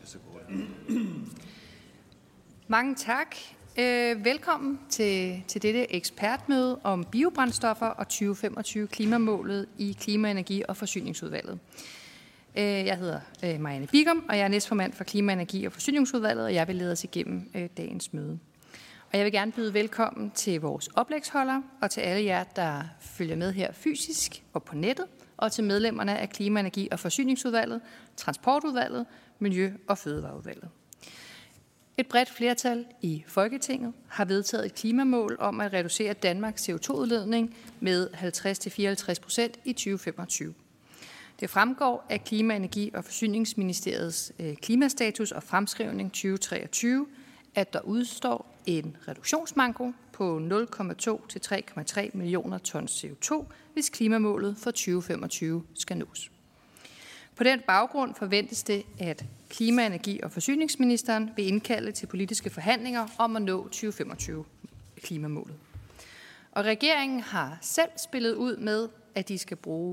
Mange tak. Velkommen til dette ekspertmøde om biobrændstoffer og 2025 klimamålet i Klima-, Energi- og Forsyningsudvalget. Jeg hedder Marianne Bigum, og jeg er næstformand for Klima-, Energi- og Forsyningsudvalget, og jeg vil lede os igennem dagens møde. Og jeg vil gerne byde velkommen til vores oplægsholdere og til alle jer, der følger med her fysisk og på nettet, og til medlemmerne af Klima-, Energi- og Forsyningsudvalget, Transportudvalget, Miljø- og Fødevareudvalget. Et bredt flertal i Folketinget har vedtaget et klimamål om at reducere Danmarks CO2-udledning med 50-54% i 2025. Det fremgår af Klima-, Energi- og Forsyningsministeriets klimastatus og fremskrivning 2023, at der udstår en reduktionsmanko på 0,2 til 3,3 millioner tons CO2, hvis klimamålet for 2025 skal nås. På den baggrund forventes det, at Klima-, Energi- og Forsyningsministeren vil indkalde til politiske forhandlinger om at nå 2025-klimamålet. Og regeringen har selv spillet ud med, at de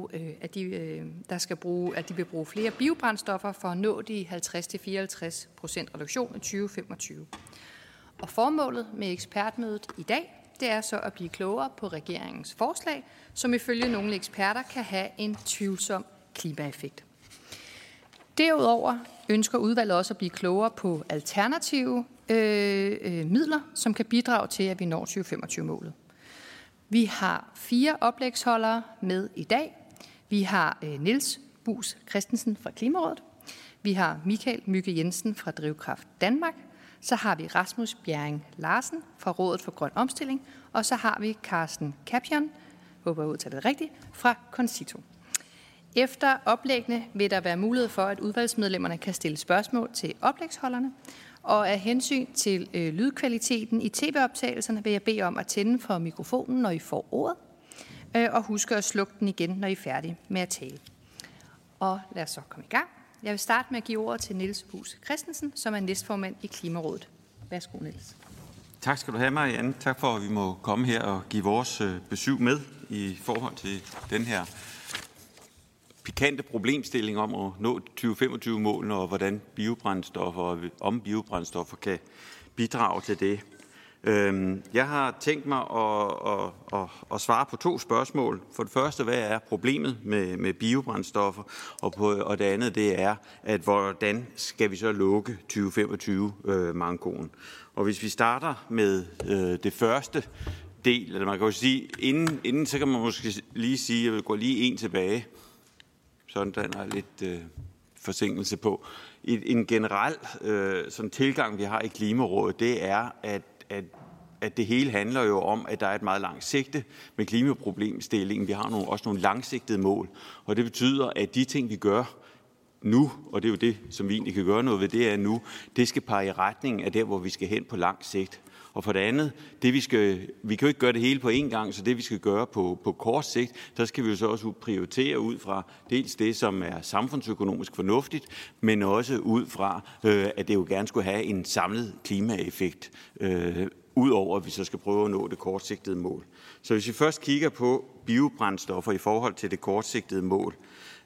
vil bruge flere biobrændstoffer for at nå de 50-54% reduktion i 2025. Og formålet med ekspertmødet i dag, det er så at blive klogere på regeringens forslag, som ifølge nogle eksperter kan have en tvivlsom klimaeffekt. Derudover ønsker udvalget også at blive klogere på alternative midler, som kan bidrage til, at vi når 2025-målet. Vi har 4 oplægsholdere med i dag. Vi har Niels Buus Christensen fra Klimarådet. Vi har Michael Mygge Jensen fra Drivkraft Danmark. Så har vi Rasmus Bjerring Larsen fra Rådet for Grøn Omstilling. Og så har vi Carsten Kapian, håber jeg udtaler det rigtigt, fra Concito. Efter oplæggene vil der være mulighed for, at udvalgsmedlemmerne kan stille spørgsmål til oplægsholderne. Og af hensyn til lydkvaliteten i tv-optagelserne vil jeg bede om at tænde for mikrofonen, når I får ordet. Og husk at slukke den igen, når I er færdige med at tale. Og lad os så komme i gang. Jeg vil starte med at give ordet til Niels Buus Christensen, som er næstformand i Klimarådet. Værsgo, Niels. Tak skal du have, Marianne. Tak for, at vi må komme her og give vores besøg med i forhold til den her pikante problemstilling om at nå 2025-målene og hvordan biobrændstoffer og om biobrændstoffer kan bidrage til det. Jeg har tænkt mig at svare på 2 spørgsmål. For det første, hvad er problemet med biobrændstoffer? Og det andet, det er, at hvordan skal vi så lukke 2025-mankoen? Og hvis vi starter med det første del, eller man kan jo sige, inden så kan man måske lige sige, jeg vil gå lige en tilbage. Sådan der er lidt forsinkelse på. En generel sådan tilgang, vi har i Klimarådet, det er, at det hele handler jo om, at der er et meget langt sigte med klimaproblemstillingen. Vi har også nogle langsigtede mål, og det betyder, at de ting, vi gør nu, og det er jo det, som vi egentlig kan gøre noget ved, det er nu, det skal pege i retning af der, hvor vi skal hen på lang sigt. Og for det andet, vi kan jo ikke gøre det hele på én gang, så det vi skal gøre på kort sigt, der skal vi jo så også prioritere ud fra dels det, som er samfundsøkonomisk fornuftigt, men også ud fra, at det jo gerne skulle have en samlet klimaeffekt, udover at vi så skal prøve at nå det kortsigtede mål. Så hvis vi først kigger på biobrændstoffer i forhold til det kortsigtede mål,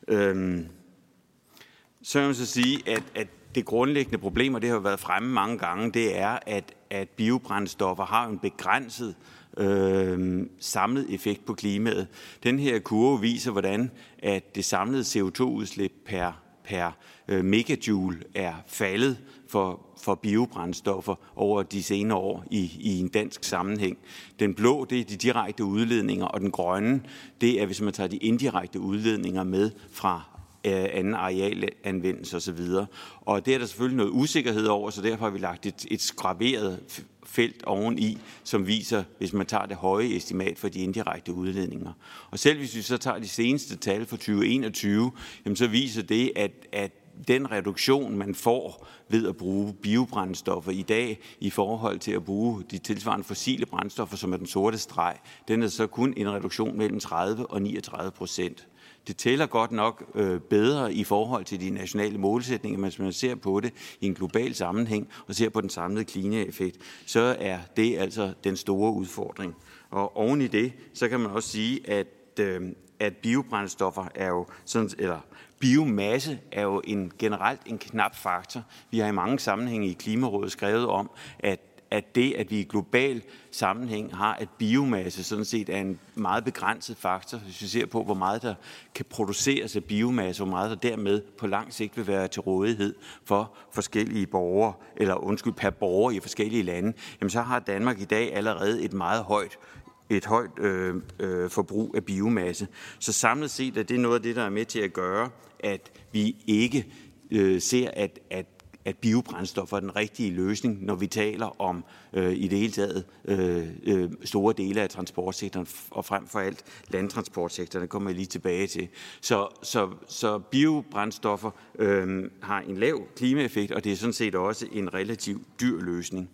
så vil man så sige, at det grundlæggende problem, og det har jo været fremme mange gange, det er, at biobrændstoffer har en begrænset samlet effekt på klimaet. Den her kurve viser, hvordan at det samlede CO2-udslip per megajoule er faldet for biobrændstoffer over de senere år i en dansk sammenhæng. Den blå, det er de direkte udledninger, og den grønne, det er, hvis man tager de indirekte udledninger med fra anden arealanvendelse osv. Og det er der selvfølgelig noget usikkerhed over, så derfor har vi lagt et skraveret felt oveni, som viser, hvis man tager det høje estimat for de indirekte udledninger. Og selv hvis vi så tager de seneste tal for 2021, jamen så viser det, at den reduktion, man får ved at bruge biobrændstoffer i dag i forhold til at bruge de tilsvarende fossile brændstoffer, som er den sorte streg, den er så kun en reduktion mellem 30 og 39%. Det tæller godt nok bedre i forhold til de nationale målsætninger, men hvis man ser på det i en global sammenhæng og ser på den samlede klimaeffekt, så er det altså den store udfordring. Og oven i det, så kan man også sige, at biobrændstoffer er jo sådan, eller biomasse er jo generelt en knap faktor. Vi har i mange sammenhænge i Klimarådet skrevet om, at det, at vi i global sammenhæng har, at biomasse sådan set er en meget begrænset faktor, hvis vi ser på, hvor meget der kan produceres af biomasse, hvor meget der dermed på lang sigt vil være til rådighed for forskellige borgere, per borger i forskellige lande, jamen så har Danmark i dag allerede et meget højt forbrug af biomasse. Så samlet set er det noget af det, der er med til at gøre, at vi ikke ser, at biobrændstoffer er den rigtige løsning, når vi taler om i det hele taget store dele af transportsektoren, og frem for alt landtransportsektoren, det kommer jeg lige tilbage til. Så biobrændstoffer har en lav klimaeffekt, og det er sådan set også en relativt dyr løsning.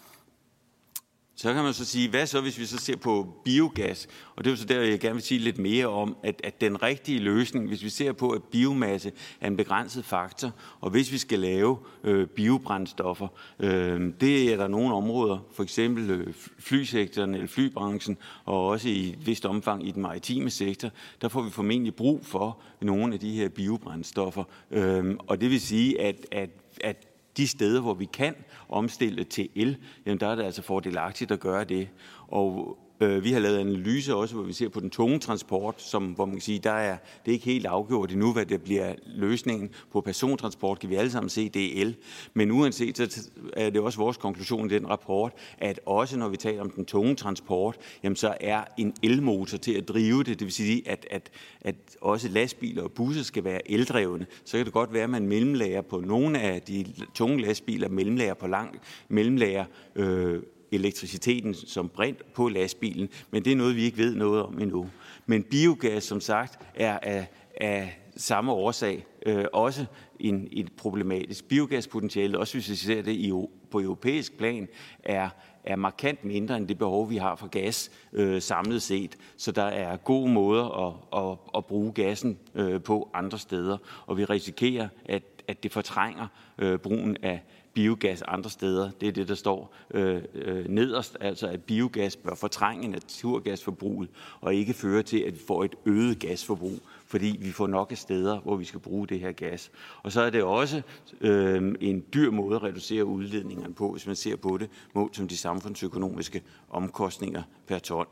Så kan man så sige, hvad så, hvis vi så ser på biogas? Og det er jo så der, jeg gerne vil sige lidt mere om, at den rigtige løsning, hvis vi ser på, at biomasse er en begrænset faktor, og hvis vi skal lave biobrændstoffer, det er der nogle områder, for eksempel flysektoren eller flybranchen, og også i et vist omfang i den maritime sektor, der får vi formentlig brug for nogle af de her biobrændstoffer. Og det vil sige, at de steder, hvor vi kan omstille til el, jamen der er det altså fordelagtigt at gøre det. Og vi har lavet analyser også, hvor vi ser på den tunge transport, hvor man kan sige, det er ikke helt afgjort endnu, hvad det bliver løsningen på persontransport. Kan vi alle sammen se, det er el. Men uanset, så er det også vores konklusion i den rapport, at også når vi taler om den tunge transport, jamen så er en elmotor til at drive det. Det vil sige, at også lastbiler og busser skal være eldrevne. Så kan det godt være, at man mellemlager på nogle af de tunge lastbiler, mellemlager elektriciteten som brint på lastbilen, men det er noget, vi ikke ved noget om endnu. Men biogas, som sagt, er af samme årsag også et problematisk. Biogaspotentiale, også hvis vi ser det på europæisk plan, er markant mindre end det behov, vi har for gas samlet set. Så der er gode måder at bruge gassen på andre steder, og vi risikerer, at det fortrænger brugen af biogas andre steder. Det er det, der står nederst, altså at biogas bør fortrænge naturgasforbruget og ikke føre til, at vi får et øget gasforbrug, fordi vi får nok af steder, hvor vi skal bruge det her gas. Og så er det også en dyr måde at reducere udledningerne på, hvis man ser på det, målt som de samfundsøkonomiske omkostninger per ton.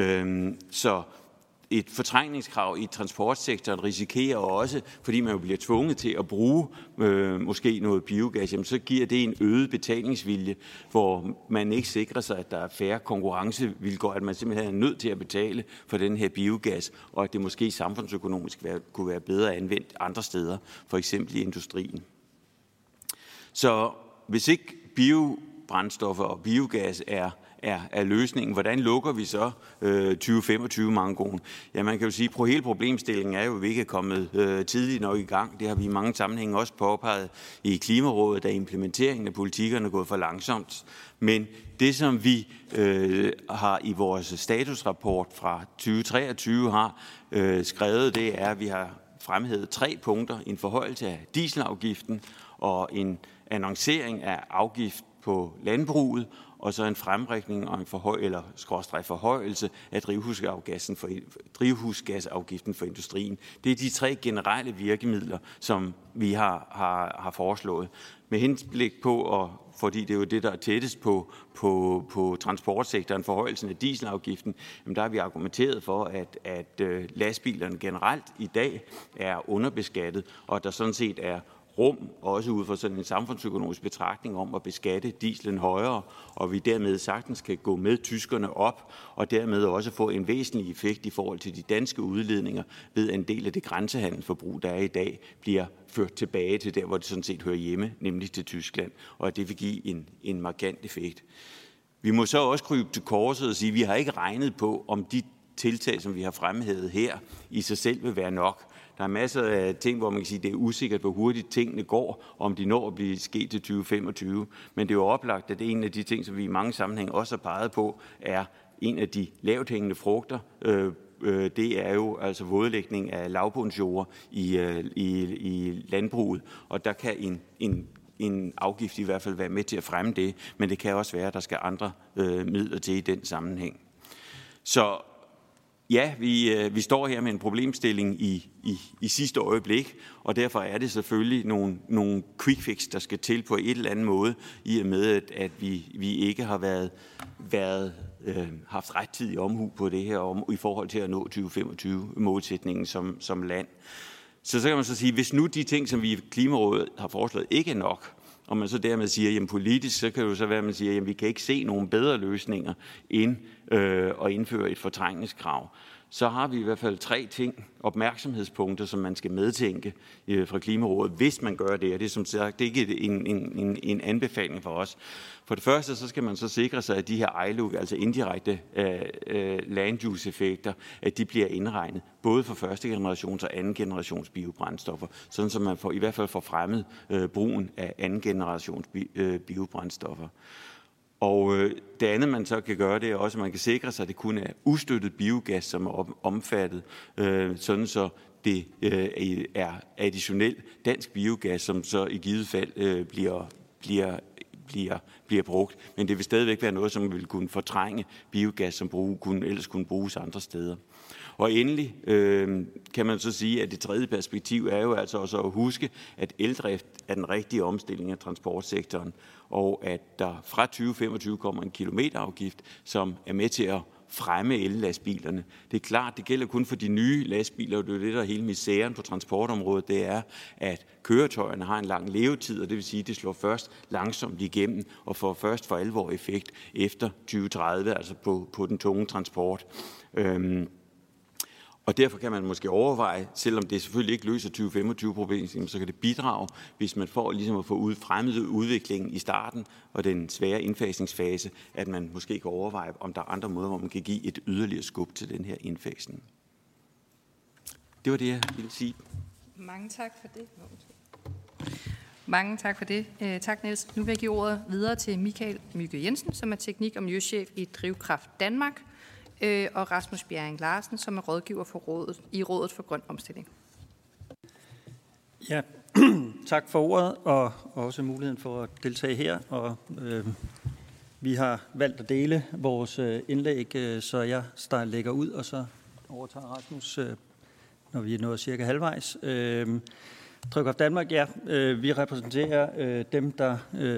Så et fortrængningskrav i transportsektoren risikerer også, fordi man jo bliver tvunget til at bruge måske noget biogas, jamen så giver det en øget betalingsvilje, hvor man ikke sikrer sig, at der er færre konkurrencevilkår, at man simpelthen er nødt til at betale for den her biogas, og at det måske samfundsøkonomisk kunne være bedre anvendt andre steder, for eksempel i industrien. Så hvis ikke biobrændstoffer og biogas er løsningen. Hvordan lukker vi så 2025-mankoen? Ja, man kan jo sige, at hele problemstillingen er jo, at vi ikke er kommet tidligt nok i gang. Det har vi i mange sammenhænge også påpeget i Klimarådet, da implementeringen af politikkerne er gået for langsomt. Men det, som vi har i vores statusrapport fra 2023 har skrevet, det er, at vi har fremhævet 3 punkter. En forhøjelse af dieselafgiften og en annoncering af afgift på landbruget, og så en fremrækning og en forhøjelse af drivhusgasafgiften for industrien. Det er de 3 generelle virkemidler, som vi har foreslået. Med henblik på, og fordi det er jo det, der er tættest på transportsektoren, forhøjelsen af dieselafgiften, jamen der har vi argumenteret for, at lastbilerne generelt i dag er underbeskattet, og at der sådan set er rum, også ud fra sådan en samfundsøkonomisk betragtning om at beskatte dieselen højere, og vi dermed sagtens kan gå med tyskerne op, og dermed også få en væsentlig effekt i forhold til de danske udledninger, ved at en del af det grænsehandelsforbrug, der er i dag, bliver ført tilbage til der, hvor det sådan set hører hjemme, nemlig til Tyskland, og at det vil give en markant effekt. Vi må så også krybe til korset og sige, at vi har ikke regnet på, om de tiltag, som vi har fremhævet her, i sig selv vil være nok. Der er masser af ting, hvor man kan sige, at det er usikkert, hvor hurtigt tingene går, om de når at blive sket til 2025. Men det er jo oplagt, at en af de ting, som vi i mange sammenhæng også har peget på, er en af de lavt hængende frugter. Det er jo altså vådlægning af lavbundsjorder i landbruget, og der kan en afgift i hvert fald være med til at fremme det, men det kan også være, at der skal andre midler til i den sammenhæng. Så Ja, vi står her med en problemstilling i sidste øjeblik, og derfor er det selvfølgelig nogle quick fix, der skal til på et eller andet måde, i og med, at vi ikke har haft rettidig omhu på det her i forhold til at nå 2025-målsætningen som land. Så kan man så sige, hvis nu de ting, som vi i Klimarådet har foreslået, ikke er nok, og man så dermed siger, jamen politisk, så kan det jo så være, at man siger, jamen vi kan ikke se nogen bedre løsninger end at indføre et fortrængningskrav. Så har vi i hvert fald 3 opmærksomhedspunkter, som man skal medtænke fra Klimarådet, hvis man gør det. Og det er som sagt det er ikke en anbefaling for os. For det første, så skal man så sikre sig, at de her ILUC, altså indirekte land use effekter, at de bliver indregnet, både for første generations og anden generations biobrændstoffer, sådan så man i hvert fald får fremmet brugen af anden generations biobrændstoffer. Og det andet, man så kan gøre, det er også, at man kan sikre sig, at det kun er ustøttet biogas, som er omfattet, sådan så det er additionel dansk biogas, som så i givet fald bliver brugt. Men det vil stadigvæk være noget, som vil kunne fortrænge biogas, som ellers kunne bruges andre steder. Og endelig kan man så sige, at det tredje perspektiv er jo altså også at huske, at eldrift er den rigtige omstilling af transportsektoren, og at der fra 2025 kommer en kilometerafgift, som er med til at fremme ellastbilerne. Det er klart, det gælder kun for de nye lastbiler, og det er det, der er hele misæren på transportområdet, det er, at køretøjerne har en lang levetid, og det vil sige, at det slår først langsomt igennem, og får først for alvor effekt efter 2030, altså på den tunge transport. Og derfor kan man måske overveje, selvom det selvfølgelig ikke løser 2025-problemet, så kan det bidrage, hvis man får ligesom at få fremmet udviklingen i starten og den svære indfasningsfase, at man måske kan overveje, om der er andre måder, hvor man kan give et yderligere skub til den her indfasning. Det var det, jeg ville sige. Mange tak for det. Mange tak for det. Tak, Niels. Nu vil jeg give ordet videre til Michael Mygge Jensen, som er teknik- og miljøchef i Drivkraft Danmark, og Rasmus Bjerring Larsen, som er rådgiver for Rådet for Grøn Omstilling. Ja, tak for ordet, og også muligheden for at deltage her. Og vi har valgt at dele vores indlæg, så jeg lægger ud, og så overtager Rasmus, når vi er nået cirka halvvejs. Drivkraft Danmark, ja, vi repræsenterer dem, der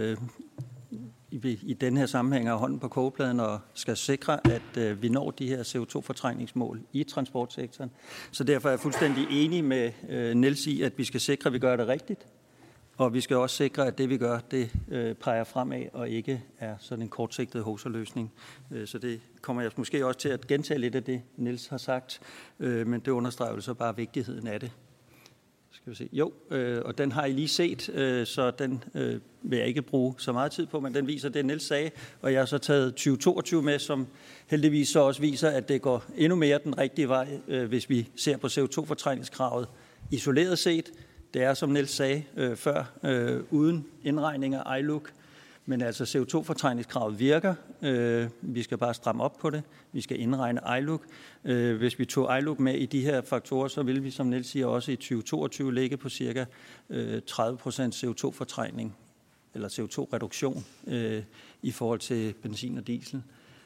i den her sammenhæng har hånden på kogepladen og skal sikre, at vi når de her CO2-fortrængningsmål i transportsektoren. Så derfor er jeg fuldstændig enig med Niels i, at vi skal sikre, at vi gør det rigtigt. Og vi skal også sikre, at det vi gør, det peger fremad og ikke er sådan en kortsigtet hoserløsning. Så det kommer jeg måske også til at gentage lidt af det, Niels har sagt, men det understreger jo så bare vigtigheden af det. Skal vi se. Jo, og den har I lige set, så den vil jeg ikke bruge så meget tid på, men den viser det, Niels sagde, og jeg har så taget 2022 med, som heldigvis så også viser, at det går endnu mere den rigtige vej, hvis vi ser på CO2-fortrængningskravet isoleret set. Det er, som Niels sagde før, uden indregning af ILUC, men altså CO2-fortrængningskravet virker. Vi skal bare stramme op på det. Vi skal indregne ILUC. Hvis vi tog ILUC med i de her faktorer, så vil vi, som Niels siger, også i 2022 ligge på cirka 30% CO2-fortrængning eller CO2-reduktion i forhold til benzin og diesel.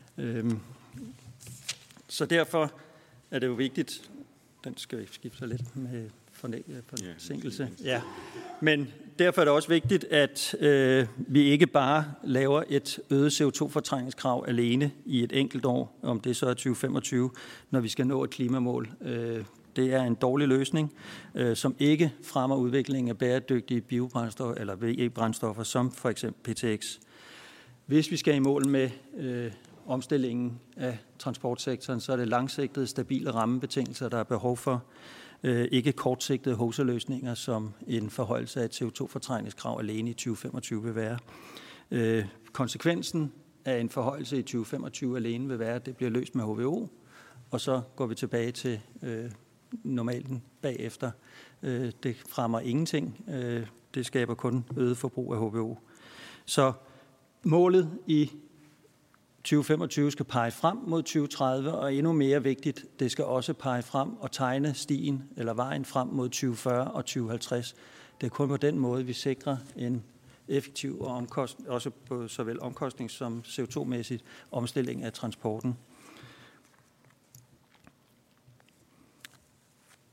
Så derfor er det jo vigtigt, den skal vi skifte sig lidt med forsinkelse. Ja. Men derfor er det også vigtigt, at vi ikke bare laver et øget CO2-fortrængningskrav alene i et enkelt år, om det så er 2025, når vi skal nå et klimamål. Det er en dårlig løsning, som ikke fremmer udviklingen af bæredygtige biobrændstoffer eller VE-brændstoffer, som for eksempel PTX. Hvis vi skal i mål med omstillingen af transportsektoren, så er det langsigtede, stabile rammebetingelser, der er behov for. Ikke kortsigtede hoserløsninger, som en forhøjelse af et CO2-fortrængningskrav alene i 2025 vil være. Konsekvensen af en forhøjelse i 2025 alene vil være, at det bliver løst med HVO, og så går vi tilbage til normalen bagefter. Det fremmer ingenting. Det skaber kun øget forbrug af HVO. Så målet i 2025 skal pege frem mod 2030, og endnu mere vigtigt, det skal også pege frem og tegne stien eller vejen frem mod 2040 og 2050. Det er kun på den måde, vi sikrer en effektiv og også på såvel omkostnings- som CO2-mæssigt omstilling af transporten.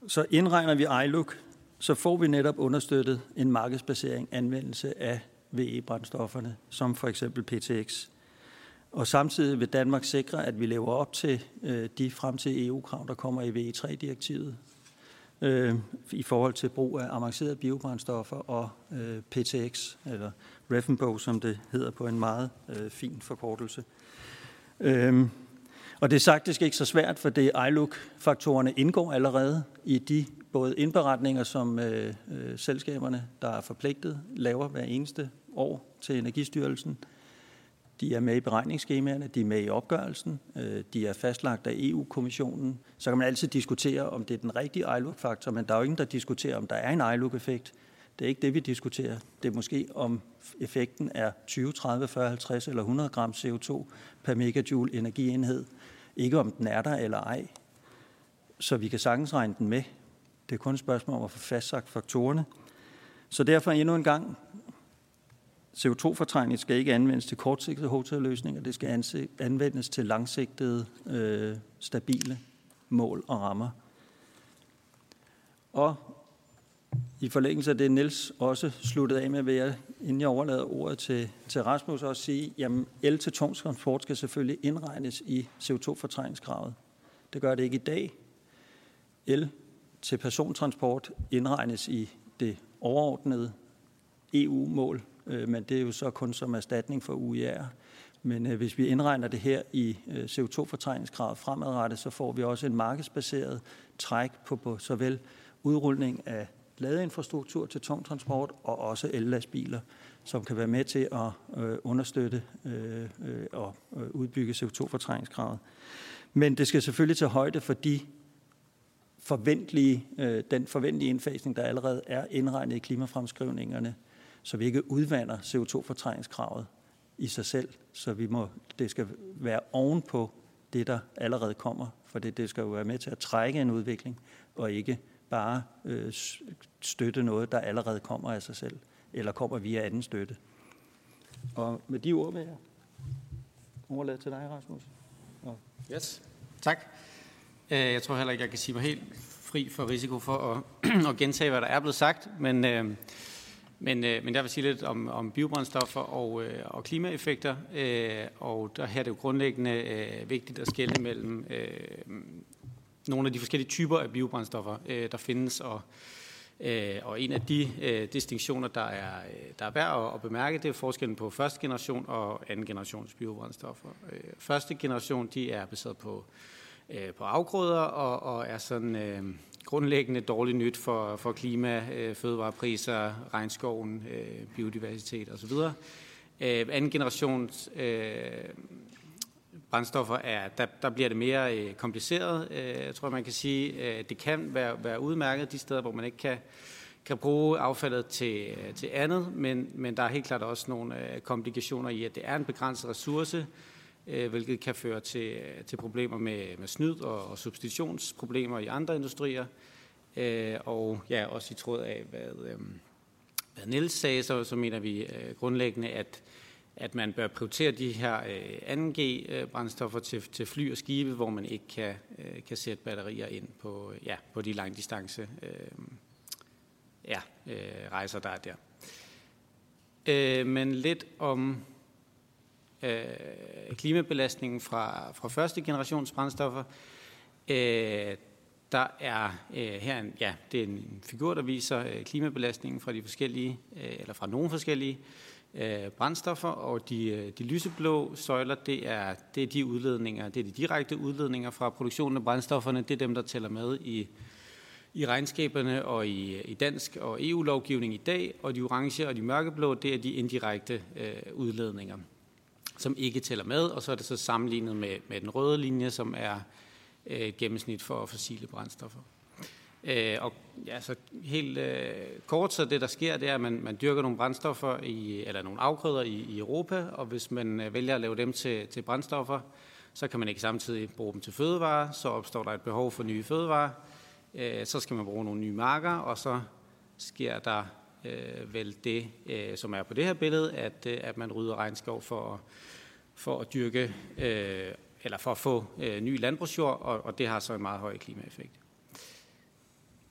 Så indregner vi iLook, så får vi netop understøttet en markedsbasering anvendelse af VE-brændstofferne, som for eksempel PTX. Og samtidig vil Danmark sikre, at vi lever op til de fremtidige EU-krav, der kommer i VE3-direktivet i forhold til brug af avancerede biobrændstoffer og PTX, eller Refenbo, som det hedder på en meget fin forkortelse. Og det er faktisk ikke så svært, for det iLook-faktorerne indgår allerede i de både indberetninger, som selskaberne, der er forpligtet, laver hver eneste år til Energistyrelsen. De er med i beregningsskemaerne, de er med i opgørelsen, de er fastlagt af EU-kommissionen. Så kan man altid diskutere, om det er den rigtige iLook-faktor, men der er jo ingen, der diskuterer, om der er en iLook-effekt. Det er ikke det, vi diskuterer. Det er måske, om effekten er 20, 30, 40, 50 eller 100 gram CO2 per megajoule energienhed. Ikke om den er der eller ej. Så vi kan sagtens regne den med. Det er kun et spørgsmål om at få fastsagt faktorerne. Så derfor endnu en gang, CO2-fortrængning skal ikke anvendes til kortsigtede hovedløsninger. Det skal anvendes til langsigtede, stabile mål og rammer. Og i forlængelse af det, Niels også sluttede af med, vil jeg, inden jeg overlader ordet til Rasmus, også sige, jamen el til tung transport skal selvfølgelig indregnes i CO2-fortrængningskravet. Det gør det ikke i dag. El til persontransport indregnes i det overordnede EU-mål, men det er jo så kun som erstatning for UIR. Men hvis vi indregner det her i CO2-fortrængningskravet fremadrettet, så får vi også en markedsbaseret træk på såvel udrulning af ladeinfrastruktur til tung transport og også ellastbiler, som kan være med til at understøtte og udbygge CO2-fortrængningskravet. Men det skal selvfølgelig tage højde for den forventelige indfasning, der allerede er indregnet i klimafremskrivningerne, så vi ikke udvander CO2-fortrængningskravet i sig selv, så det skal være ovenpå det, der allerede kommer, for det skal jo være med til at trække en udvikling, og ikke bare støtte noget, der allerede kommer af sig selv, eller kommer via anden støtte. Og med de ord vil jeg overlade til dig, Rasmus. Yes, tak. Jeg tror heller ikke, jeg kan sige mig helt fri for risiko for at gentage, hvad der er blevet sagt, men jeg vil sige lidt om biobrændstoffer og klimaeffekter, og her er det jo grundlæggende vigtigt at skelne mellem nogle af de forskellige typer af biobrændstoffer, der findes, og en af de distinktioner, der er værd at bemærke, det er forskellen på første generation og anden generations biobrændstoffer. Første generation, de er baseret på afgrøder og er sådan grundlæggende dårligt nyt for klima, fødevarepriser, regnskoven, biodiversitet osv. Anden generations brændstoffer der bliver det mere kompliceret, tror jeg man kan sige. Det kan være udmærket de steder, hvor man ikke kan bruge affaldet til andet, men der er helt klart også nogle komplikationer i, at det er en begrænset ressource, hvilket kan føre til problemer med snyd og substitutionsproblemer i andre industrier. Og ja, også i tråd af, hvad Niels sagde, så mener vi grundlæggende, at man bør prioritere de her 2G-brændstoffer til fly og skibe, hvor man ikke kan sætte batterier ind på de langdistance rejser, der er der. Men lidt om klimabelastningen fra første generations brændstoffer. Der er det er en figur, der viser klimabelastningen fra de forskellige, eller fra nogle forskellige brændstoffer, og de lyseblå søjler, det er de udledninger, det er de direkte udledninger fra produktionen af brændstofferne, det er dem, der tæller med i regnskaberne og i dansk og EU-lovgivning i dag, og de orange og de mørkeblå, det er de indirekte udledninger, som ikke tæller med, og så er det så sammenlignet med den røde linje, som er et gennemsnit for fossile brændstoffer. Og ja, så helt kort, så det der sker, det er, at man dyrker nogle brændstoffer eller nogle afgrøder i Europa, og hvis man vælger at lave dem til brændstoffer, så kan man ikke samtidig bruge dem til fødevarer, så opstår der et behov for nye fødevarer, så skal man bruge nogle nye marker, og så sker der vel det, som er på det her billede, at man rydder regnskov for at dyrke, eller for at få ny landbrugsjord, og det har så en meget høj klimaeffekt.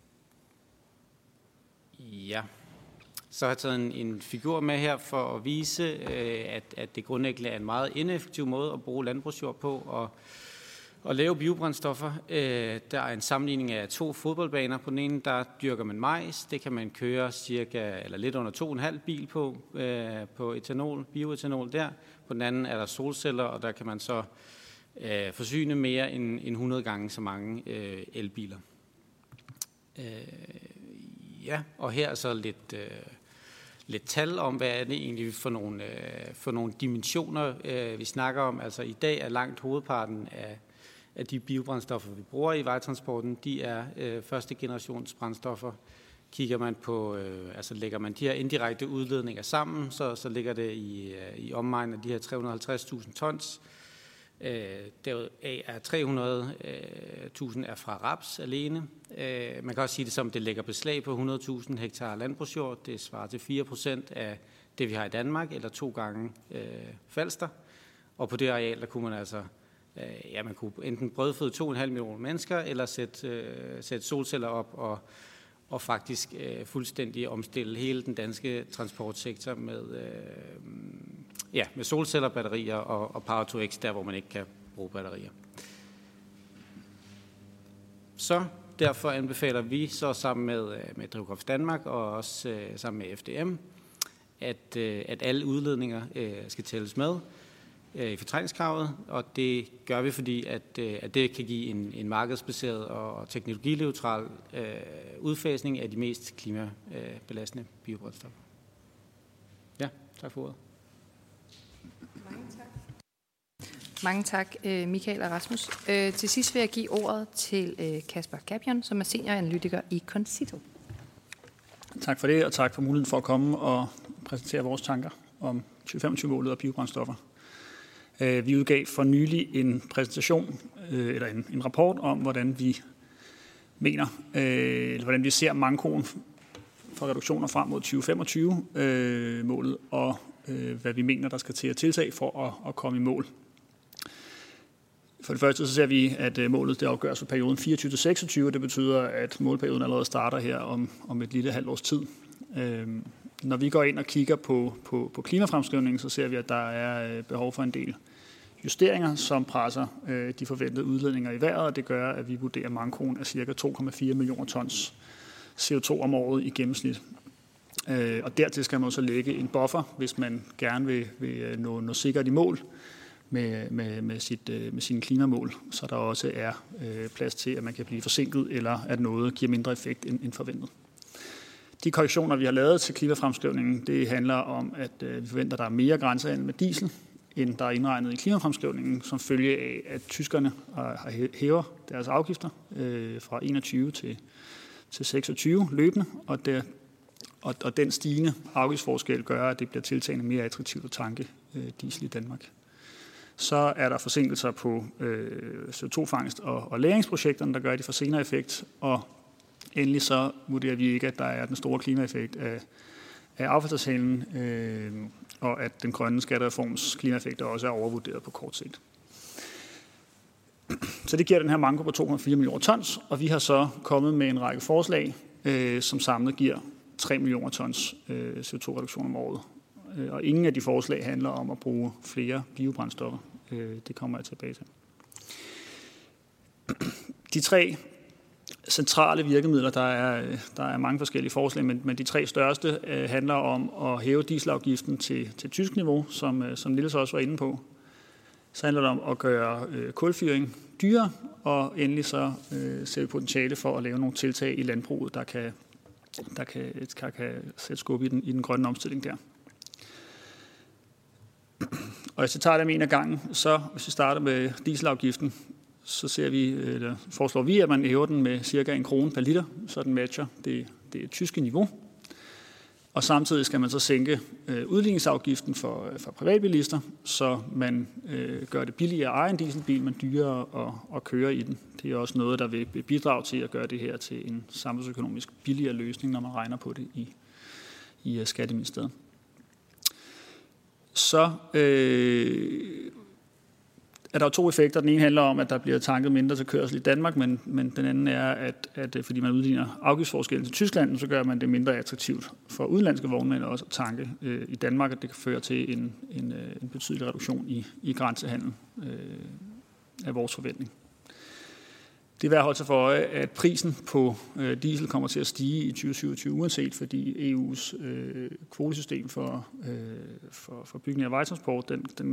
Ja, så har jeg taget en figur med her for at vise, at det grundlæggende er en meget ineffektiv måde at bruge landbrugsjord på og lave biobrændstoffer. Der er en sammenligning af 2 fodboldbaner. På den ene, der dyrker man majs. Det kan man køre lidt under 2,5 bil på etanol, bioetanol der. På den anden er der solceller, og der kan man så forsyne mere end 100 gange så mange elbiler. Ja, og her er så lidt tal om, hvad er det egentlig for nogle dimensioner, vi snakker om. Altså i dag er langt hovedparten af de biobrændstoffer, vi bruger i vejtransporten, de er første generations brændstoffer. Kigger man på, lægger man de her indirekte udledninger sammen, så ligger det i omegnen af de her 350.000 tons. Deraf er 300.000 er fra raps alene. Man kan også sige det som, det lægger beslag på 100.000 hektar landbrugsjord. Det svarer til 4% af det, vi har i Danmark, eller 2 gange Falster. Og på det areal, der kunne man altså man kunne enten brødføde 2,5 millioner mennesker, eller sætte solceller op og faktisk fuldstændig omstille hele den danske transportsektor med solceller, batterier og Power to X, der hvor man ikke kan bruge batterier. Så derfor anbefaler vi så sammen med Drivkraft Danmark og også sammen med FDM, at alle udledninger skal tælles med i fortrængningskravet, og det gør vi, fordi at det kan give en markedsbaseret og teknologineutral udfasning af de mest klimabelastende biobrændstoffer. Ja, tak for ordet. Mange tak, Michael og Rasmus. Til sidst vil jeg give ordet til Kasper Kapion, som er senioranalytiker i Concito. Tak for det, og tak for muligheden for at komme og præsentere vores tanker om 2025-målet og biobrændstoffer. Vi udgav for nylig en præsentation, eller en rapport om, hvordan vi mener, eller hvordan vi ser mankoen for reduktioner frem mod 2025-målet, og hvad vi mener, der skal til at tiltage for at komme i mål. For det første så ser vi, at målet det afgøres for perioden 24-26, og det betyder, at målperioden allerede starter her om et lille halvt års tid. Når vi går ind og kigger på klimafremskrivningen, så ser vi, at der er behov for en del justeringer, som presser de forventede udledninger i vejret, og det gør, at vi vurderer mankoen af ca. 2,4 millioner tons CO2 om året i gennemsnit. Og dertil skal man så lægge en buffer, hvis man gerne vil nå sikkert i mål med sine klimamål, så der også er plads til, at man kan blive forsinket, eller at noget giver mindre effekt end forventet. De korrektioner, vi har lavet til klimafremskrivningen, det handler om, at vi forventer, at der er mere grænsehandel med diesel, end der er indregnet i klimafremskrivningen, som følge af, at tyskerne hæver deres afgifter fra 21 til 26 løbende, og den stigende afgiftsforskel gør, at det bliver tiltagende mere attraktivt at tanke diesel i Danmark. Så er der forsinkelser på CO2-fangst og lagringsprojekterne, der gør, at de får senere effekt, og endelig så vurderer vi ikke, at der er den store klimaeffekt af affaldsaftalen, og at den grønne skattereforms klimaeffekter også er overvurderet på kort sigt. Så det giver den her manko på 2,4 millioner tons, og vi har så kommet med en række forslag, som samlet giver 3 millioner tons CO2-reduktion om året. Og ingen af de forslag handler om at bruge flere biobrændstoffer. Det kommer jeg tilbage til. De 3 centrale virkemidler, der er mange forskellige forslag, men de 3 største handler om at hæve dieselafgiften til tysk niveau, som Niels også var inde på. Så handler det om at gøre kulfyring dyrere, og endelig så ser vi potentiale for at lave nogle tiltag i landbruget, der kan sætte skub i den grønne omstilling der. Og hvis vi tager dem en af gangen, så hvis vi starter med dieselafgiften, så foreslår vi, at man hæver den med cirka 1 krone per liter, så den matcher det tyske niveau. Og samtidig skal man så sænke udligningsafgiften for privatbilister, så man gør det billigere at eje en dieselbil, men dyrere at køre i den. Det er også noget, der vil bidrage til at gøre det her til en samfundsøkonomisk billigere løsning, når man regner på det i Skatteministeriet. Så at der er 2 effekter. Den ene handler om, at der bliver tanket mindre til kørsel i Danmark, men den anden er, at fordi man udligner afgiftsforskellen til Tyskland, så gør man det mindre attraktivt for udenlandske vognmænd også at tanke i Danmark, og det kan føre til en betydelig reduktion i grænsehandel af vores forventning. Det er værd at holde sig for øje, at prisen på diesel kommer til at stige i 2027, uanset fordi EU's kvotesystem for bygning af vejtransport,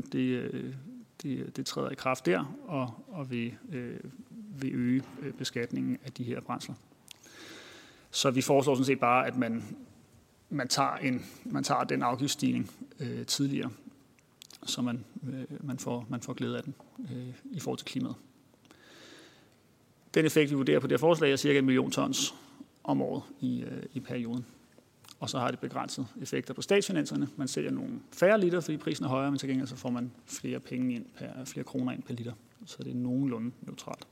det træder i kraft der, og vil øge beskatningen af de her brændsler. Så vi foreslår sådan set bare, at man tager den afgiftsstigning tidligere, så man får glæde af den i forhold til klimaet. Den effekt, vi vurderer på det her forslag, er cirka 1 million tons om året i perioden. Og så har det begrænset effekter på statsfinanserne. Man sælger nogle færre liter, fordi prisen er højere, men til gengæld så får man flere kroner ind per liter. Så det er nogenlunde neutralt.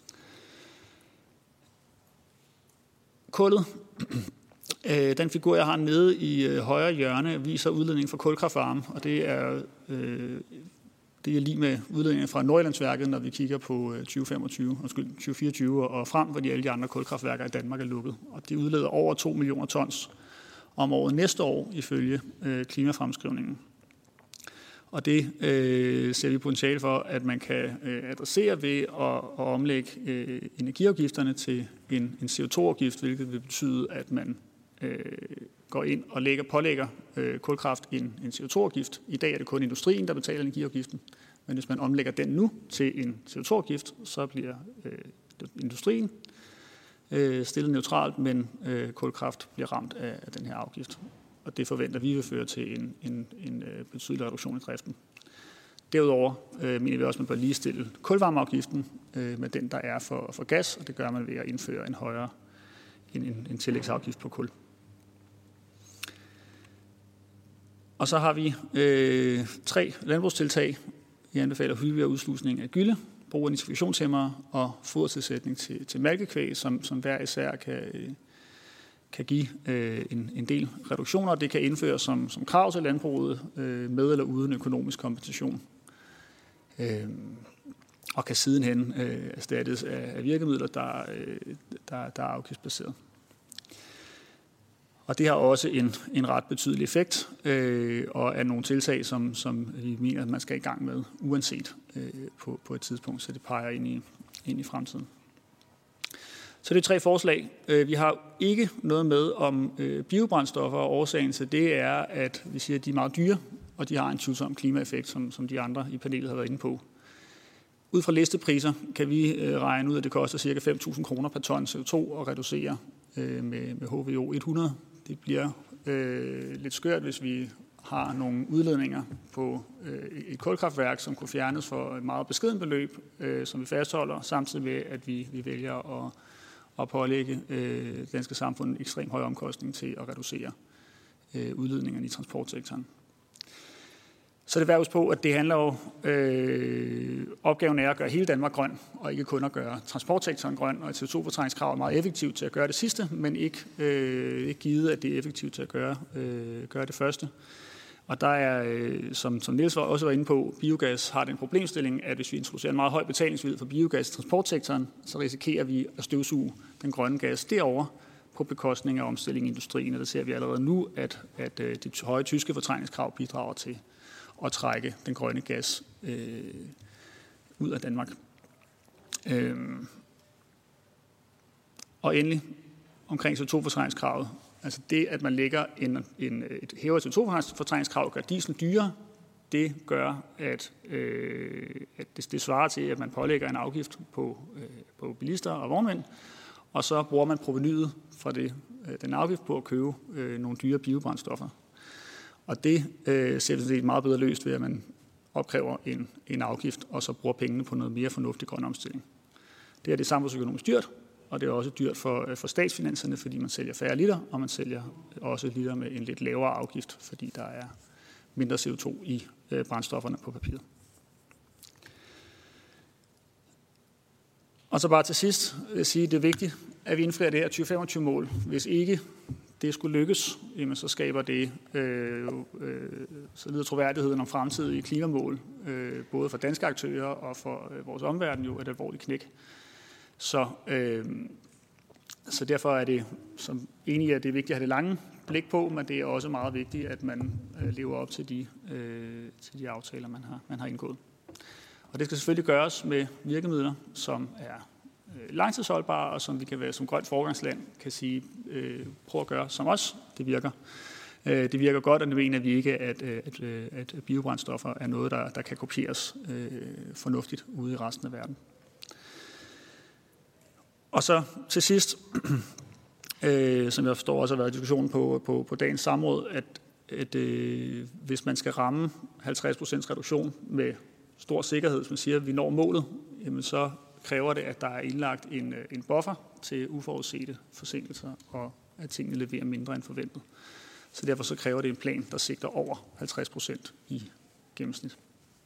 Kullet. Den figur, jeg har nede i højre hjørne, viser udledningen fra kulkraftvarme, og det er lige med udledningen fra Nordjyllandsværket, når vi kigger på 2024 og frem, fordi alle de andre kulkraftværker i Danmark er lukket. Og de udleder over 2 millioner tons om året næste år, ifølge klimafremskrivningen. Og det ser vi potentiale for, at man kan adressere ved at omlægge energiafgifterne til en CO2-afgift, hvilket vil betyde, at man går ind og pålægger kulkraft en CO2-afgift. I dag er det kun industrien, der betaler energiafgiften, men hvis man omlægger den nu til en CO2-afgift, så bliver industrien stillet neutralt, men kulkraft bliver ramt af den her afgift. Og det forventer vi vil føre til en betydelig reduktion i driften. Derudover mener vi også, at man bør ligestille kulvarmeafgiften med den, der er for gas, og det gør man ved at indføre en tillægsafgift på kul. Og så har vi 3 landbrugstiltag. Vi anbefaler hyppigere udslusning af gylle, brug af nitrifikationshæmmere og fodertilsætning til malkekvæg, som hver især kan give en del reduktioner. Det kan indføres som krav til landbruget med eller uden økonomisk kompensation. Og kan sidenhen erstattes af virkemidler, der er afgiftsbaseret. Og det har også en ret betydelig effekt, og er nogle tiltag, som vi mener, at man skal i gang med, uanset på et tidspunkt, så det peger ind i fremtiden. Så det er 3 forslag. Vi har ikke noget med om biobrændstoffer, og årsagen til det er, at vi siger, at de er meget dyre, og de har en tvivlsom klimaeffekt, som de andre i panelet har været inde på. Ud fra listepriser kan vi regne ud, at det koster ca. 5.000 kroner per ton CO2 at reducere med HVO 100. Det bliver lidt skørt, hvis vi har nogle udledninger på et kulkraftværk, som kunne fjernes for et meget beskeden beløb, som vi fastholder, samtidig med, at vi vælger at pålægge det danske samfund en ekstremt høj omkostning til at reducere udledningerne i transportsektoren. Så det er værd at huske på, at det handler jo, opgaven er at gøre hele Danmark grøn, og ikke kun at gøre transportsektoren grøn, og et CO2-fortrængningskrav er meget effektivt til at gøre det sidste, men ikke givet, at det er effektivt til at gøre det første. Og der er, som Niels også var inde på, biogas har den problemstilling, at hvis vi introducerer en meget høj betalingsvillighed for biogas i transportsektoren, så risikerer vi at støvsuge den grønne gas derover på bekostning af omstilling i industrien, og der ser vi allerede nu, at det høje tyske fortrængningskrav bidrager til at trække den grønne gas ud af Danmark. Og endelig omkring CO2-fortrængningskravet. Altså det, at man lægger et hævere CO2-fortrængningskrav, gør diesel dyrere. Det gør, at det svarer til, at man pålægger en afgift på bilister og vognmænd, og så bruger man provenyet fra den afgift på at købe nogle dyre biobrændstoffer. Og det ser vi set meget bedre løst ved, at man opkræver en afgift, og så bruger pengene på noget mere fornuftig grøn omstilling. Det er samfundsøkonomisk dyrt, og det er også dyrt for statsfinanserne, fordi man sælger færre liter, og man sælger også liter med en lidt lavere afgift, fordi der er mindre CO2 i brændstofferne på papiret. Og så bare til sidst vil jeg sige, at det er vigtigt, at vi indfrier det her 2025-mål. Hvis ikke det skulle lykkes, jamen, så skaber det så lider troværdigheden om fremtidige klimamål, både for danske aktører og for vores omverden jo et alvorligt knæk. Så derfor er det som enig, at det er vigtigt at have det lange blik på, men det er også meget vigtigt, at man lever op til de aftaler, man har indgået. Og det skal selvfølgelig gøres med virkemidler, som er langtidsholdbare, og som vi kan være som grønt foregangsland kan sige, prøv at gøre som os. Det virker. Det virker godt, og det mener vi ikke, at biobrændstoffer er noget, der kan kopieres fornuftigt ude i resten af verden. Og så til sidst, som jeg forstår også har været diskussionen på dagens samråd, at hvis man skal ramme 50% reduktion med stor sikkerhed, hvis man siger, at vi når målet, jamen så kræver det, at der er indlagt en buffer til uforudsete forsinkelser, og at tingene leverer mindre end forventet. Så derfor så kræver det en plan, der sigter over 50% i gennemsnit.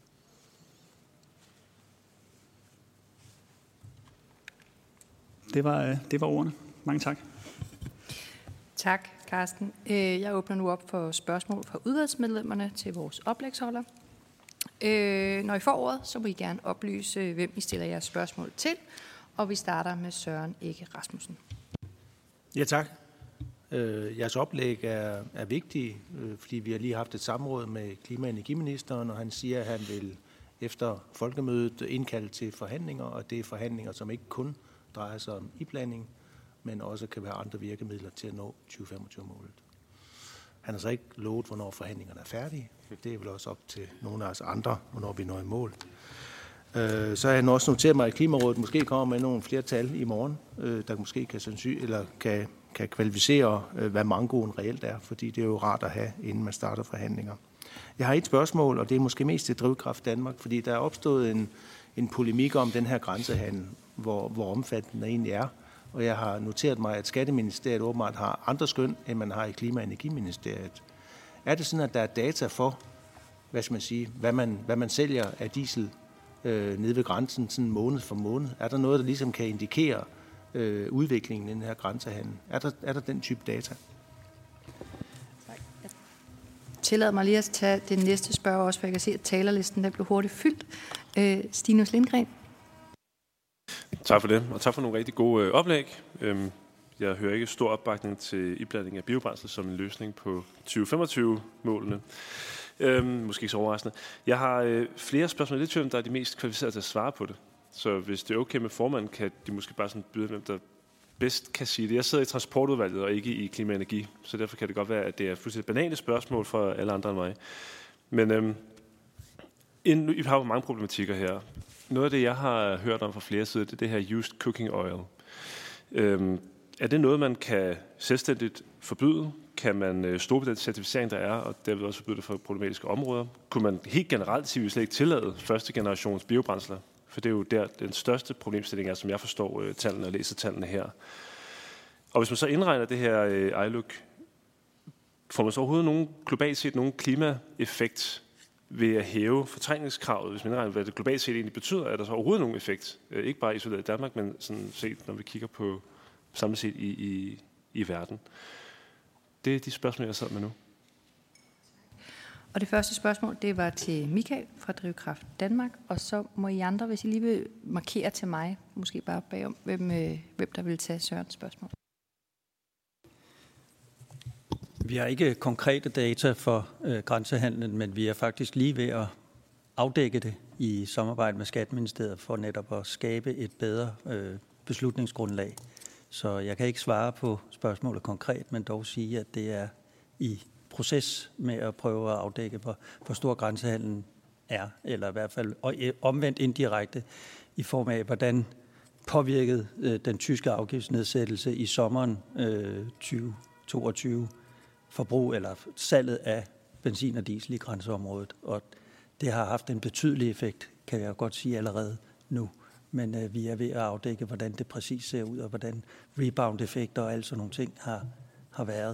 Det var ordene. Mange tak. Tak, Carsten. Jeg åbner nu op for spørgsmål fra udvalgsmedlemmerne til vores oplægsholder. Når I får ordet, så må I gerne oplyse, hvem I stiller jeres spørgsmål til. Og vi starter med Søren Egge Rasmussen. Ja, tak. Jeres oplæg er vigtige, fordi vi har lige haft et samråd med klima- og energiministeren, og han siger, at han vil efter folkemødet indkalde til forhandlinger, og det er forhandlinger, som ikke kun drejer sig om iblanding, men også kan være andre virkemidler til at nå 2025-målet. Han har så ikke lovet, hvornår forhandlingerne er færdige. Det er vel også op til nogle af os andre, hvornår vi når i mål. Så har han også noteret mig, at Klimarådet måske kommer med nogle flere tal i morgen, der måske kan kvalificere, hvad mankoen reelt er, fordi det er jo rart at have, inden man starter forhandlinger. Jeg har et spørgsmål, og det er måske mest til Drivkraft Danmark, fordi der er opstået en polemik om den her grænsehandel, hvor omfattende den egentlig er. Og jeg har noteret mig, at Skatteministeriet åbenbart har andre skøn, end man har i Klima- og Energiministeriet. Er det sådan, at der er data for, hvad man sælger af diesel nede ved grænsen, sådan måned for måned? Er der noget, der ligesom kan indikere udviklingen i den her grænsehandel? Er der den type data? Tillad mig lige at tage det næste spørgsmål også, for jeg kan se, at talerlisten der blev hurtigt fyldt. Stinus Lindgren. Tak for det, og tak for nogle rigtig gode oplæg. Jeg hører ikke stor opbakning til iblanding af biobrændsel som en løsning på 2025-målene. Måske ikke så overraskende. Jeg har flere spørgsmål. Lidt tvivl, der er de mest kvalificerede til at svare på det. Så hvis det er okay med formanden, kan de måske bare sådan byde, hvem der bedst kan sige det. Jeg sidder i transportudvalget og ikke i klima og energi, så derfor kan det godt være, at det er fuldstændig banale spørgsmål for alle andre end mig. Men I har jo mange problematikker her. Noget af det, jeg har hørt om fra flere sider, det er det her used cooking oil. Er det noget, man kan selvstændigt forbyde? Kan man stoppe den certificering, der er, og derved også forbyde det for problematiske områder? Kunne man helt generelt sige, at vi slet ikke tillade første generations biobrændsler? For det er jo der, den største problemstilling er, som jeg forstår tallene og læser tallene her. Og hvis man så indregner det her ILUC, får man så overhovedet globalt set nogen klimaeffekt ved at hæve fortrængningskravet? Hvis man indregner, hvad det globalt set egentlig betyder, er der så overhovedet nogen effekt? Ikke bare isoleret i Danmark, men sådan set, når vi kigger på samlet set i verden. Det er de spørgsmål, jeg sad med nu. Og det første spørgsmål, det var til Michael fra Drivkraft Danmark, og så må I andre, hvis I lige vil markere til mig, måske bare bagom, hvem der vil tage Sørens spørgsmål. Vi har ikke konkrete data for grænsehandlen, men vi er faktisk lige ved at afdække det i samarbejde med Skatteministeriet for netop at skabe et bedre beslutningsgrundlag. Så jeg kan ikke svare på spørgsmålet konkret, men dog sige, at det er i proces med at prøve at afdække, hvor stor grænsehandlen er, eller i hvert fald omvendt indirekte i form af, hvordan påvirkede den tyske afgiftsnedsættelse i sommeren 2022 forbrug eller salget af benzin og diesel i grænseområdet. Og det har haft en betydelig effekt, kan jeg godt sige allerede nu. Men vi er ved at afdække, hvordan det præcis ser ud, og hvordan rebound-effekter og alt sådan nogle ting har været.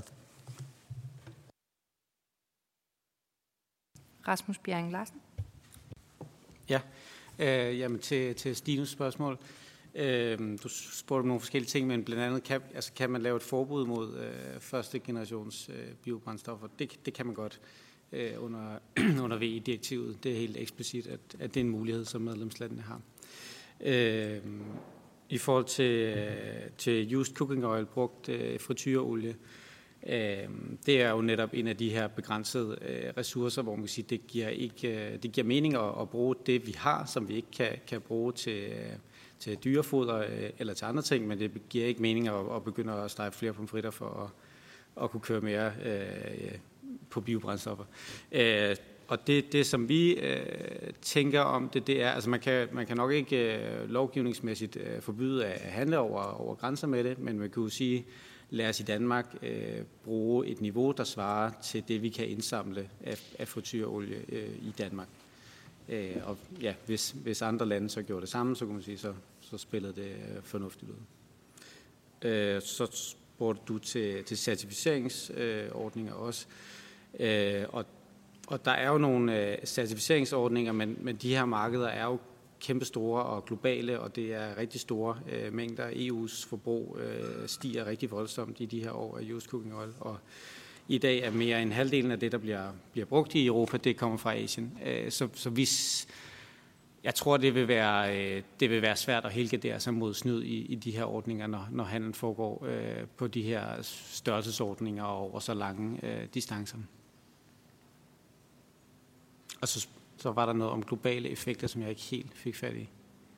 Rasmus Bjerring Larsen. Ja, jamen til Stines spørgsmål. Du spurgte om nogle forskellige ting, men blandt andet kan man lave et forbud mod første generations biobrændstoffer. Det kan man godt under VE-direktivet. Det er helt eksplicit, at det er en mulighed, som medlemslandene har. I forhold til used cooking oil, brugt frityreolie, det er jo netop en af de her begrænsede ressourcer, hvor man kan sige, det giver mening at bruge det, vi har, som vi ikke kan bruge til dyrefoder eller til andre ting, men det giver ikke mening at begynde at stege flere pomfritter for at kunne køre mere på biobrændstoffer. Og det som vi tænker om det er, altså man kan nok ikke lovgivningsmæssigt forbyde at handle over grænser med det, men man kan jo sige, lad os i Danmark bruge et niveau, der svarer til det, vi kan indsamle af frityreolie i Danmark. Og ja, hvis andre lande så gjorde det samme, så kunne man sige, så spillede det fornuftigt ud. Så spurgte du til certificeringsordninger også. Og der er jo nogle certificeringsordninger, men de her markeder er jo kæmpestore og globale, og det er rigtig store mængder. EU's forbrug stiger rigtig voldsomt i de her år af used cooking oil, og i dag er mere end halvdelen af det, der bliver brugt i Europa, det kommer fra Asien. Så jeg tror, det vil være svært at helgardere sig mod snyd i de her ordninger, når handlen foregår på de her størrelsesordninger over så lange distancer. Og så var der noget om globale effekter, som jeg ikke helt fik fat i.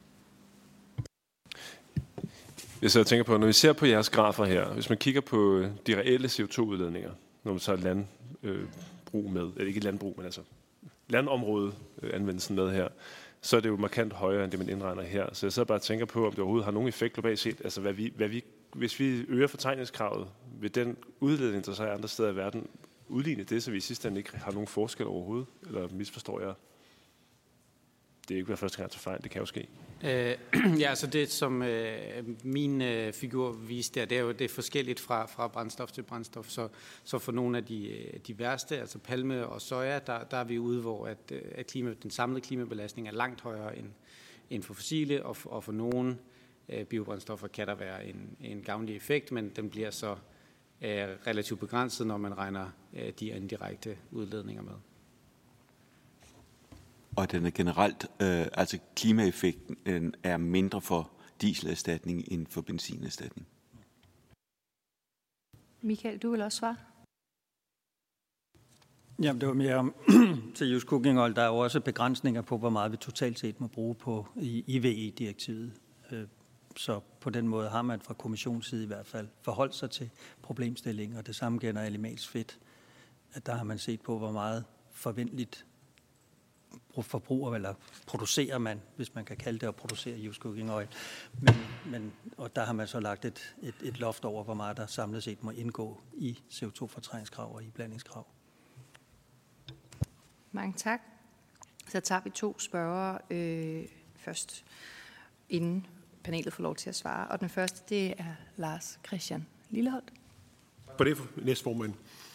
Jeg tænker på, når vi ser på jeres grafer her, hvis man kigger på de reelle CO2-udledninger, når man tager landbrug med, eller ikke landbrug, men altså landområde anvendelsen med her, så er det jo markant højere, end det man indregner her. Så jeg så bare tænker på, om det overhovedet har nogen effekt globalt set. Altså hvis vi øger fortegningskravet, vil den udledning, der så er andre steder i verden, udligne det, så vi i sidste ende ikke har nogen forskel overhovedet? Eller misforstår jeg? Det er ikke første gang, jeg tager fejl. Det kan jo ske. Ja, altså det, som min figur viste der, det er jo det forskelligt fra brændstof til brændstof. Så for nogle af de værste, altså palme og soja, der er vi ude, hvor den samlede klimabelastning er langt højere end for fossile, og for nogle biobrændstoffer kan der være en gavnlig effekt, men den bliver så relativt begrænset, når man regner de indirekte udledninger med. Og den er generelt, altså klimaeffekten er mindre for dieselerstatning end for benzinerstatning. Michael, du vil også svare? Jamen, det var mere om til used cooking oil. Der er jo også begrænsninger på, hvor meget vi totalt set må bruge på i VE-direktivet. Så på den måde har man fra kommissionens side i hvert fald forholdt sig til problemstillingen, og det samme gælder animalsk fedt. At der har man set på, hvor meget forventeligt forbruger eller producerer man, hvis man kan kalde det at producere used cooking oil. Og der har man så lagt et loft over, hvor meget der samlet set må indgå i CO2-fortrængningskrav og i blandingskrav. Mange tak. Så tager vi 2 spørgere først, inden panelet får lov til at svare. Og den første, det er Lars Christian Lilleholdt. På det, næstformand.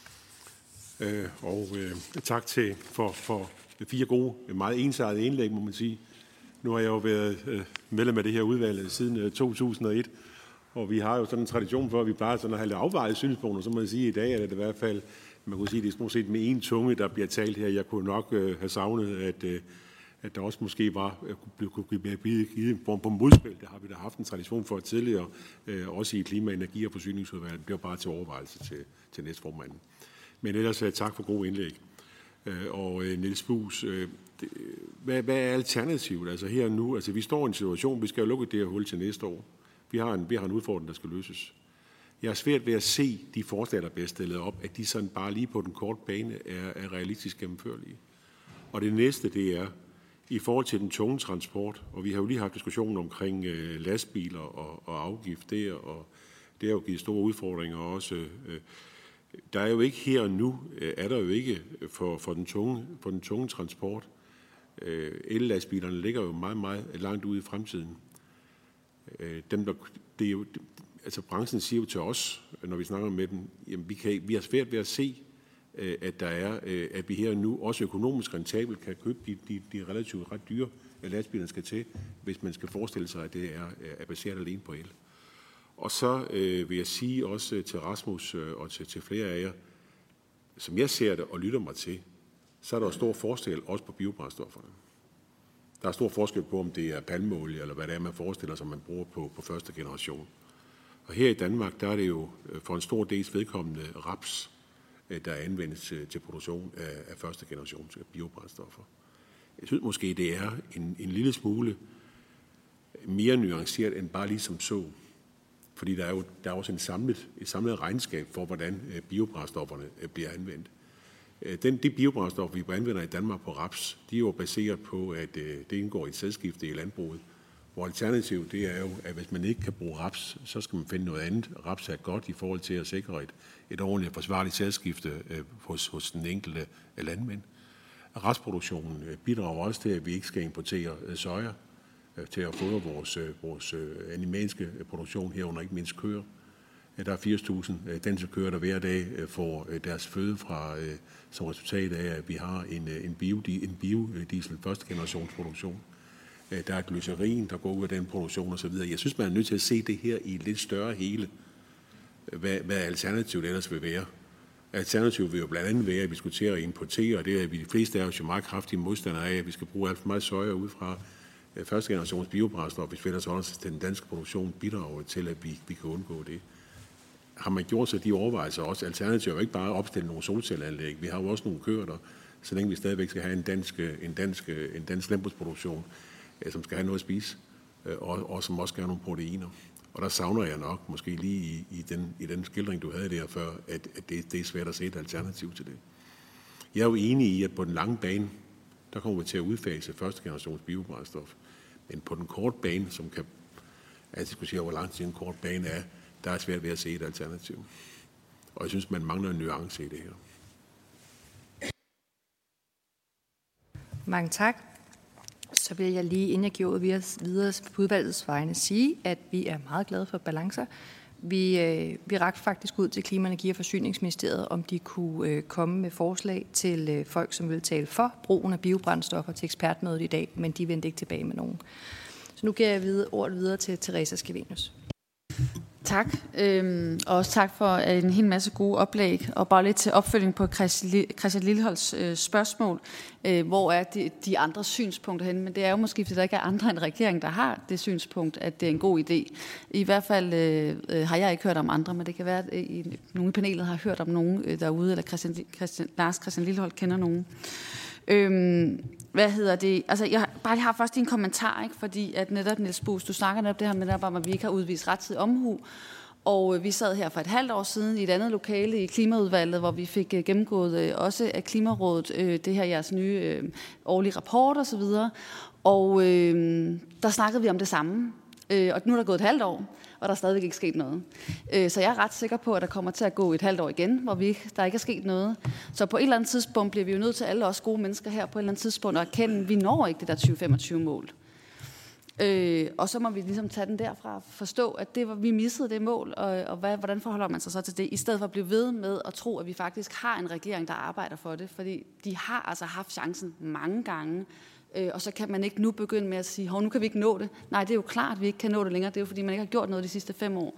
Tak for 4 gode, meget ensartede indlæg, må man sige. Nu har jeg jo været medlem af det her udvalg siden 2001, og vi har jo sådan en tradition for, at vi plejer sådan at have lidt afvejet synspunkter, så må jeg sige, at i dag er det i hvert fald, man kunne sige, det er stort set med en tunge, der bliver talt her. Jeg kunne nok have savnet, at der også måske kunne blive givet en form på modspil. Det har vi da haft en tradition for tidligere, også i Klima-, Energi- og Forsyningsudvalget. Det bliver bare til overvejelse til næstformanden. Men ellers tak for god indlæg. Og Niels Buus, hvad er alternativet? Altså her og nu, altså vi står i en situation, vi skal jo lukke det her hul til næste år. Vi har en udfordring, der skal løses. Jeg er svært ved at se de forslag, der bliver stillet op, at de sådan bare lige på den korte bane er realistisk gennemførlige. Og det næste, det er, i forhold til den tunge transport, og vi har jo lige haft diskussionen omkring lastbiler og afgift der, og det har jo givet store udfordringer også. Der er jo ikke her og nu, er der jo ikke for den tunge transport. El-lastbilerne ligger jo meget, meget langt ude i fremtiden. Altså branchen siger jo til os, når vi snakker med dem, jamen vi har svært ved at se, at vi her og nu også økonomisk rentabelt kan købe de relativt ret dyre lastbilerne skal til, hvis man skal forestille sig, at det er baseret alene på el. Og så vil jeg sige også til Rasmus og til flere af jer, som jeg ser det og lytter mig til, så er der stor forskel også på biobrændstofferne. Der er stor forskel på, om det er palmeolie eller hvad det er, man forestiller sig, man bruger på første generation. Og her i Danmark, der er det jo for en stor dels vedkommende raps, der anvendes til produktion af første generations biobrændstoffer. Jeg synes måske, det er en lille smule mere nuanceret end bare ligesom så. Fordi der er også et samlet regnskab for, hvordan biobrændstofferne bliver anvendt. De biobrændstoffer, vi anvender i Danmark på raps, de er jo baseret på, at det indgår i et sædskifte i landbruget. Hvor alternativ, det er jo, at hvis man ikke kan bruge raps, så skal man finde noget andet. Raps er godt i forhold til at sikre et ordentligt og forsvarligt sædskifte hos den enkelte landmænd. Rapsproduktionen bidrager også til, at vi ikke skal importere soja til at fodre vores animalske produktion herunder ikke mindst køer. Der er 80.000 danske køer, der hver dag får deres føde fra som resultat af, at vi har en biodiesel første generationsproduktion. Der er glycerin, der går ud af den produktion osv. Jeg synes, man er nødt til at se det her i et lidt større hele, hvad alternativet ellers vil være. Alternativet vil jo blandt andet være, at vi skulle til at importere, og det er vi de fleste af os jo meget kraftige modstandere af, at vi skal bruge alt for meget soja ud fra første generations biobrændstof, hvis vi ellers holder os til den danske produktion, bidrager til, at vi kan undgå det. Har man gjort sig de overvejelser også? Alternativet er jo ikke bare at opstille nogle solcelleanlæg. Vi har jo også nogle køer der, så længe vi stadigvæk skal have en dansk landbrugsproduktion, som skal have noget at spise, og som også skal have nogle proteiner. Og der savner jeg nok, måske lige i den skildring, du havde der før, at det er svært at se et alternativ til det. Jeg er jo enig i, at på den lange bane, der kommer vi til at udfase første generations biobrændstof. Men på den korte bane, som kan altid kunne sige, hvor lang tid en kort bane er, der er svært ved at se et alternativ. Og jeg synes, man mangler en nuance i det her. Mange tak. Så vil jeg lige, inden jeg giver videre på udvalgets vegne, sige, at vi er meget glade for balancer. Vi rakte faktisk ud til Klima-, Energi- og Forsyningsministeriet, om de kunne komme med forslag til folk, som vil tale for brugen af biobrændstoffer til ekspertmødet i dag, men de vendte ikke tilbage med nogen. Så nu giver jeg ordet videre til Teresa Scavenius. Tak, og også tak for en hel masse gode oplæg, og bare lidt til opfølging på Christian Lilleholts spørgsmål. Hvor er de andre synspunkter henne? Men det er jo måske, fordi der ikke er andre end regeringen, der har det synspunkt, at det er en god idé. I hvert fald har jeg ikke hørt om andre, men det kan være, at nogle i panelet har hørt om nogen derude, eller Lars Christian Lilleholt kender nogen. Altså, jeg har først en kommentar, ikke? Fordi at netop Niels Buus, du snakker netop det her med, at vi ikke har udvist rettidig omhu, og vi sad her for et halvt år siden i et andet lokale i Klimaudvalget, hvor vi fik gennemgået også af Klimarådet det her jeres nye årlige rapport og så videre, og der snakkede vi om det samme, og nu er der gået et halvt år, og der er stadigvæk ikke sket noget. Så jeg er ret sikker på, at der kommer til at gå et halvt år igen, hvor der ikke er sket noget. Så på et eller andet tidspunkt bliver vi jo nødt til, alle os gode mennesker her, på et eller andet tidspunkt at erkende, at vi når ikke det der 2025-mål. Og så må vi ligesom tage den derfra, forstå, at vi missede det mål, og hvordan forholder man sig så til det, i stedet for at blive ved med at tro, at vi faktisk har en regering, der arbejder for det, fordi de har altså haft chancen mange gange, og så kan man ikke nu begynde med at sige, nu kan vi ikke nå det. Nej, det er jo klart, at vi ikke kan nå det længere. Det er jo, fordi man ikke har gjort noget de sidste 5 år.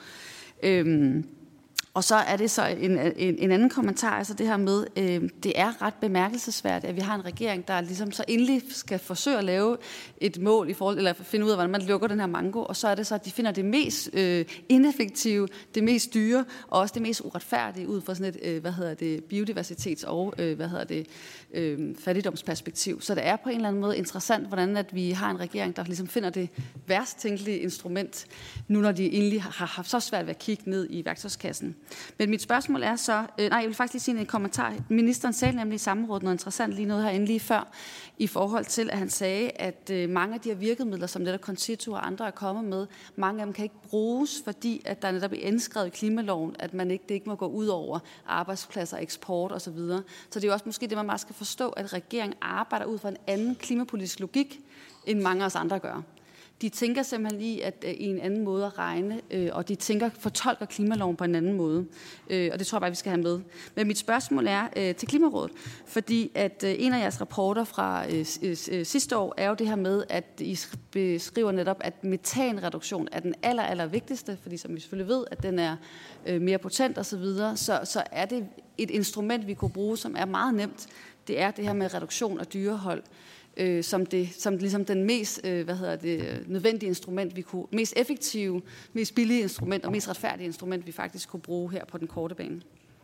Og så er det så en anden kommentar, altså det her med, det er ret bemærkelsesværdigt, at vi har en regering, der ligesom så endelig skal forsøge at lave et mål i forhold, eller finde ud af, hvordan man lukker den her mango, og så er det så, at de finder det mest ineffektive, det mest dyre, og også det mest uretfærdige ud fra sådan et, biodiversitets- og, fattigdomsperspektiv. Så det er på en eller anden måde interessant, hvordan at vi har en regering, der ligesom finder det værst tænkelige instrument, nu når de egentlig har haft så svært ved at kigge ned i værktøjskassen. Men mit spørgsmål er så, jeg vil faktisk lige sige en kommentar. Ministeren sagde nemlig i samrådet noget interessant lige før, i forhold til, at han sagde, at mange af de her virkemidler, som netop Concito og andre er kommet med, mange af dem kan ikke bruges, fordi at der netop er indskrevet i klimaloven, at det ikke må gå ud over arbejdspladser, eksport osv. Så det er jo også måske det, man bare skal forstå, at regeringen arbejder ud fra en anden klimapolitisk logik, end mange af os andre gør. De tænker simpelthen i en anden måde at regne, og de fortolker klimaloven på en anden måde. Og det tror jeg bare, vi skal have med. Men mit spørgsmål er til Klimarådet, fordi at en af jeres rapporter fra sidste år er jo det her med, at I beskriver netop, at metanreduktion er den aller vigtigste, fordi som vi selvfølgelig ved, at den er mere potent osv., så er det et instrument, vi kunne bruge, som er meget nemt. Det er det her med reduktion af dyrehold, som ligesom den mest nødvendige instrument, mest effektive, mest billige instrument og mest retfærdige instrument, vi faktisk kunne bruge her på den korte bane.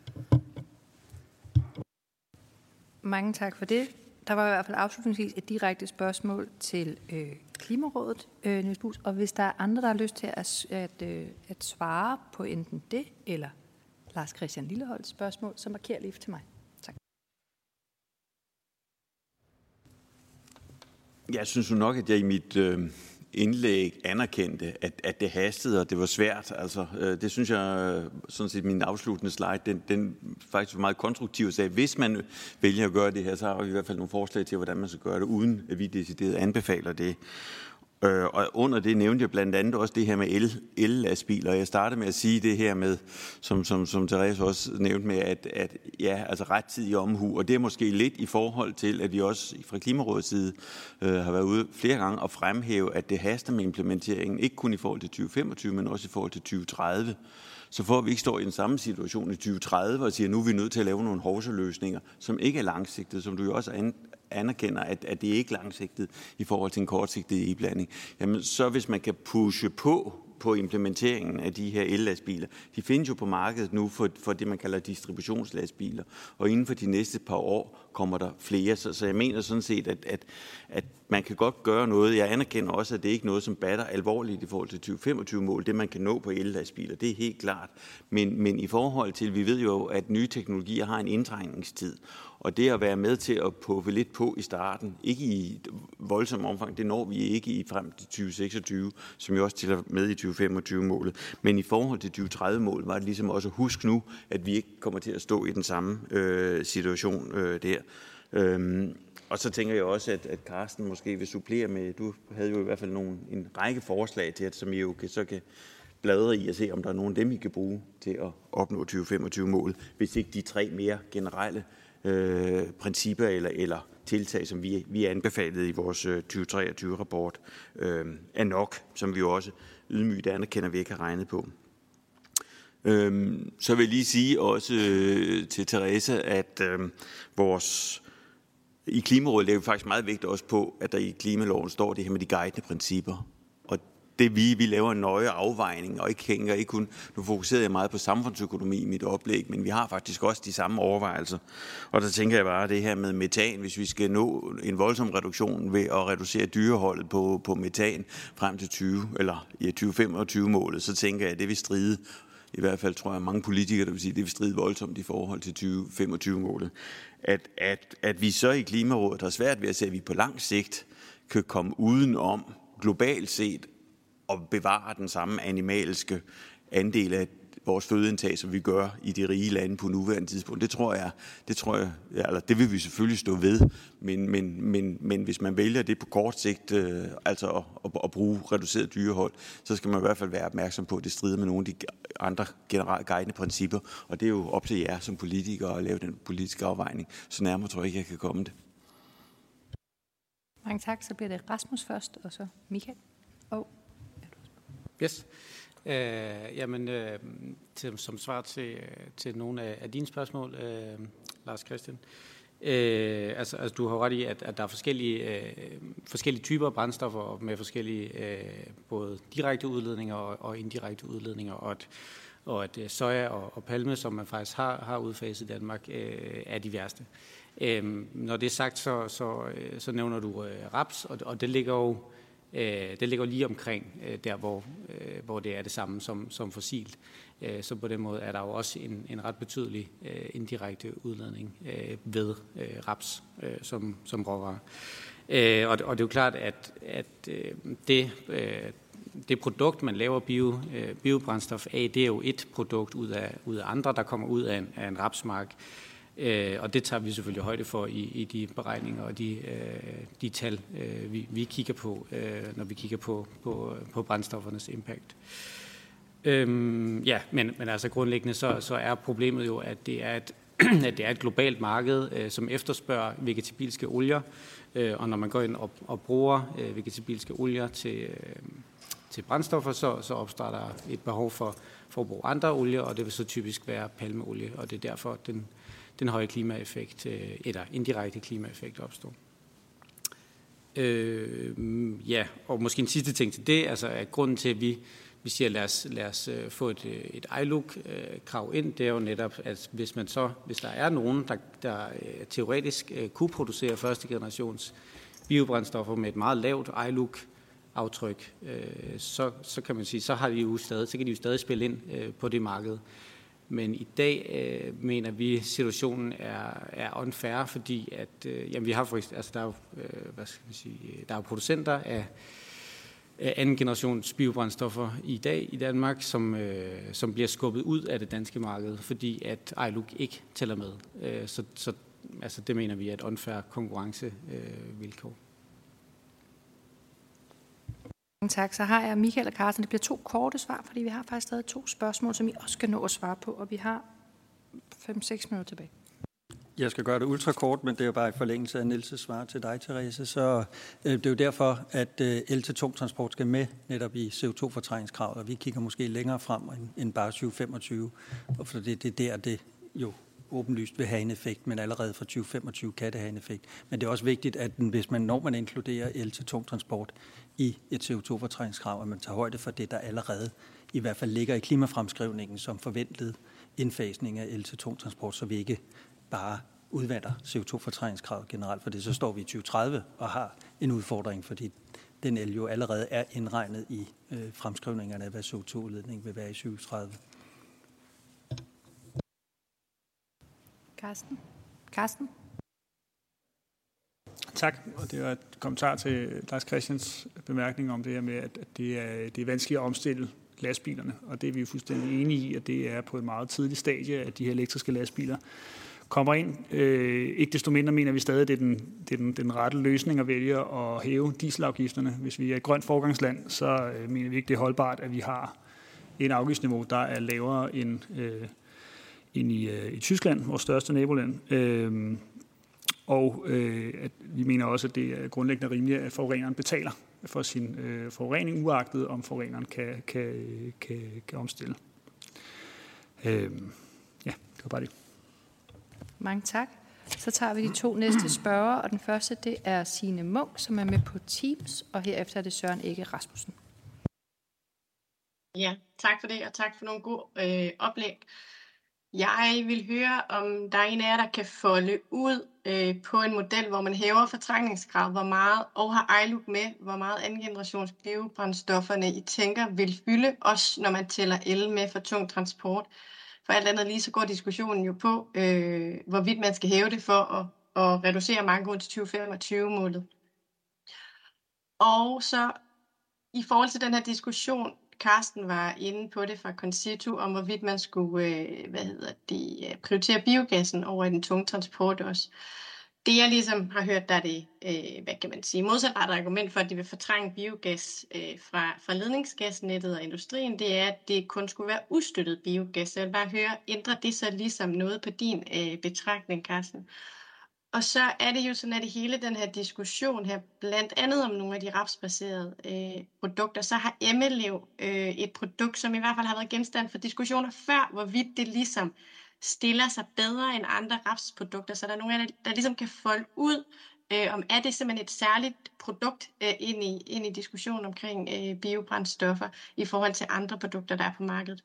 Mange tak for det. Der var i hvert fald afslutningsvis et direkte spørgsmål til Klimarådet, Niels Buus, og hvis der er andre, der har lyst til at svare på enten det, eller Lars Christian Lilleholds spørgsmål, så marker lige til mig. Tak. Jeg synes jo nok, at jeg i mit indlæg anerkendte, at det hastede, og det var svært. Altså, det synes jeg, sådan set min afsluttende slide, den faktisk var meget konstruktiv og sagde, at hvis man vælger at gøre det her, så har vi i hvert fald nogle forslag til, hvordan man skal gøre det, uden at vi decideret anbefaler det. Og under det nævnte jeg blandt andet også det her med el-lastbiler. Jeg startede med at sige det her med, som Therese også nævnte med, at ja, altså rettidig omhu. Og det er måske lidt i forhold til, at vi også fra Klimarådets side har været ude flere gange og fremhæve, at det haster med implementeringen, ikke kun i forhold til 2025, men også i forhold til 2030. Så for at vi ikke står i den samme situation i 2030 og siger, at nu er vi nødt til at lave nogle hovsaløsninger, som ikke er langsigtede, som du jo også anerkender, at det ikke er langsigtet i forhold til en kortsigtet iblanding. Jamen, så hvis man kan pushe på implementeringen af de her el-lastbiler. De findes jo på markedet nu for det, man kalder distributionslastbiler, og inden for de næste par år kommer der flere. Så jeg mener sådan set, at man kan godt gøre noget. Jeg anerkender også, at det ikke er noget, som batter alvorligt i forhold til 2025-mål. Det, man kan nå på el-lastbiler, det er helt klart. Men i forhold til, vi ved jo, at nye teknologier har en indtrængningstid, og det at være med til at puffe lidt på i starten, ikke i voldsom omfang, det når vi ikke i frem til 2026, som jo også tæller med i 2025-målet. Men i forhold til 2030-målet var det ligesom også at huske nu, at vi ikke kommer til at stå i den samme situation der. Og så tænker jeg også, at Carsten måske vil supplere med, du havde jo i hvert fald en række forslag til, som I jo så kan bladre i og se, om der er nogen af dem, I kan bruge til at opnå 2025-målet, hvis ikke de 3 mere generelle principper eller tiltag, som vi anbefalede i vores 2023-rapport, er nok, som vi jo også ydmygt anerkender, vi ikke har regnet på. Så vil jeg lige sige også til Therese, at i Klimarådet lægger vi faktisk meget vægt også på, at der i klimaloven står det her med de guidende principper. Og det vi laver en nøje afvejning, og ikke kun, nu fokuserede jeg meget på samfundsøkonomi i mit oplæg, men vi har faktisk også de samme overvejelser. Og der tænker jeg bare, det her med metan, hvis vi skal nå en voldsom reduktion ved at reducere dyreholdet på metan frem til 2025-målet, så tænker jeg, at det vil stride. I hvert fald tror jeg, mange politikere, der vil sige, at det vil stride voldsomt i forhold til 2025-målet. At vi så i Klimarådet har svært ved at se, at vi på lang sigt kan komme udenom globalt set og bevare den samme animalske andel af vores fødeindtag, som vi gør i de rige lande på nuværende tidspunkt. Det tror jeg, eller det vil vi selvfølgelig stå ved, men hvis man vælger det på kort sigt, altså at bruge reduceret dyrehold, så skal man i hvert fald være opmærksom på, at det strider med nogle af de andre generelt guidende principper, og det er jo op til jer som politikere at lave den politiske afvejning. Så nærmere tror jeg ikke, jeg kan komme det. Mange tak. Så bliver det Rasmus først, og så Michael. Yes. Som svar til nogle af dine spørgsmål, Lars Christian. Altså, du har ret i, at der er forskellige typer af brændstoffer med forskellige både direkte udledninger og indirekte udledninger, og at soja og palme, som man faktisk har udfaset i Danmark, er de værste. Når det er sagt, så nævner du raps, og det ligger lige omkring der, hvor det er det samme som fossilt. Så på den måde er der jo også en ret betydelig indirekte udledning ved raps som råvare. Og det er jo klart, at det produkt, man laver biobrændstof af, det er jo et produkt ud af andre, der kommer ud af en rapsmark. Og det tager vi selvfølgelig højde for i de beregninger og de tal, vi kigger på, når vi kigger på brændstoffernes impact. Men altså grundlæggende så er problemet jo, at det er et globalt marked, som efterspørger vegetabilske olier, og når man går ind og bruger vegetabilske olier til brændstoffer, så opstår der et behov for at bruge andre olier, og det vil så typisk være palmeolie, og det er derfor, den høje klimaeffekt, eller indirekte klimaeffekt opstår. Og måske en sidste ting til det, altså at grunden til, at vi siger, lad os få et ILUC-krav ind, det er jo netop, at hvis der er nogen, der teoretisk kunne producere første generations biobrændstoffer med et meget lavt ILUC-aftryk, så kan man sige, så kan de jo stadig spille ind på det marked. Men i dag mener vi, at situationen er unfair, fordi at vi har der er jo producenter af anden generations biobrændstoffer i dag i Danmark, som bliver skubbet ud af det danske marked, fordi at ILUC ikke tæller med. Så det mener vi er et unfair konkurrencevilkår. Tak. Så har jeg Michael og Carsten. Det bliver 2 korte svar, fordi vi har faktisk stadig 2 spørgsmål, som I også skal nå at svare på, og vi har 5-6 minutter tilbage. Jeg skal gøre det ultrakort, men det er jo bare i forlængelse af Niels' svar til dig, Therese. Så det er jo derfor, at el til tung transport skal med netop i CO2-fortrængningskravet, og vi kigger måske længere frem end bare 2025, for det er der, det jo åbenlyst vil have en effekt, men allerede fra 2025 kan det have en effekt. Men det er også vigtigt, at når man inkluderer el til tung transport i et CO2-fortrængningskrav, at man tager højde for det, der allerede i hvert fald ligger i klimafremskrivningen som forventet indfasning af el til tung transport, så vi ikke bare udvander CO2-fortrængningskravet generelt, for det så står vi i 2030 og har en udfordring, fordi den el jo allerede er indregnet i fremskrivningerne af, hvad CO2-udledning vil være i 2030. Carsten? Tak, og det er et kommentar til Lars Christians bemærkning om det her med, at det er vanskeligt at omstille lastbilerne, og det er vi jo fuldstændig enige i, at det er på et meget tidligt stadie, at de her elektriske lastbiler kommer ind. Ikke desto mindre mener vi stadig, at det er den rette løsning at vælge at hæve dieselafgifterne. Hvis vi er et grønt forgangsland, så mener vi ikke, det er holdbart, at vi har en afgiftsniveau, der er lavere end i Tyskland, vores største naboland. At vi mener også, at det er grundlæggende rimeligt, at forureneren betaler for sin forurening, uagtet om forureneren kan omstille. Det var bare det. Mange tak. Så tager vi de 2 næste spørgere, og den første, det er Signe Munk, som er med på Teams, og herefter er det Søren Egge Rasmussen. Ja, tak for det, og tak for nogle gode oplæg. Jeg vil høre, om der er en af jer, der kan folde ud på en model, hvor man hæver fortrængningsgrad, hvor meget, og har ILUC med, hvor meget anden generations biobrændstofferne I tænker vil fylde, også når man tæller el med for tung transport. For alt andet lige, så går diskussionen jo på, hvorvidt man skal hæve det for at reducere mankoen til 2025-målet. Og så i forhold til den her diskussion, Carsten var inde på det fra Concito, om hvorvidt man skulle prioritere biogassen over i den tunge transport også. Det jeg ligesom har hørt, der er det modsatrettet argument for, at de vil fortrænge biogas fra ledningsgasnettet og industrien, det er, at det kun skulle være ustøttet biogas. Jeg vil bare høre, ændrer det så ligesom noget på din betragtning, Carsten? Og så er det jo sådan, at i hele den her diskussion her, blandt andet om nogle af de rapsbaserede produkter, så har Emmelev et produkt, som i hvert fald har været genstand for diskussioner før, hvorvidt det ligesom stiller sig bedre end andre rapsprodukter. Så der er nogle af dem, der ligesom kan folde ud, om er det simpelthen et særligt produkt ind i diskussionen omkring biobrændstoffer i forhold til andre produkter, der er på markedet.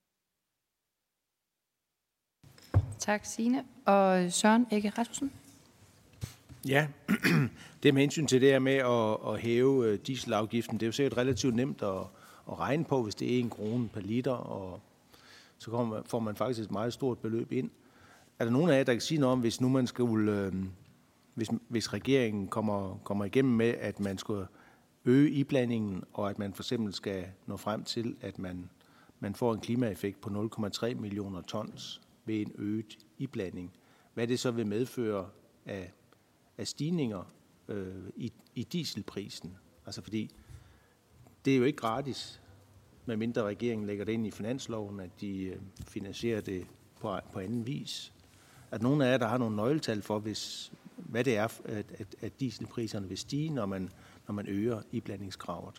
Tak, Signe. Og Søren Egge Rasmussen? Ja, det med hensyn til det her med at hæve dieselafgiften, det er jo sikkert relativt nemt at regne på, hvis det er 1 krone per liter, og så får man faktisk et meget stort beløb ind. Er der nogen af jer, der kan sige noget om, hvis nu man skulle, hvis regeringen kommer igennem med, at man skulle øge iblandingen, og at man for eksempel skal nå frem til, at man får en klimaeffekt på 0,3 millioner tons ved en øget iblanding. hvad det så vil medføre af stigninger i dieselprisen. Altså fordi det er jo ikke gratis, medmindre regeringen lægger det ind i finansloven, at de finansierer det på anden vis. At nogle af jer, der har nogle nøgletal for, hvad det er, at dieselpriserne vil stige, når man øger iblandingskravet.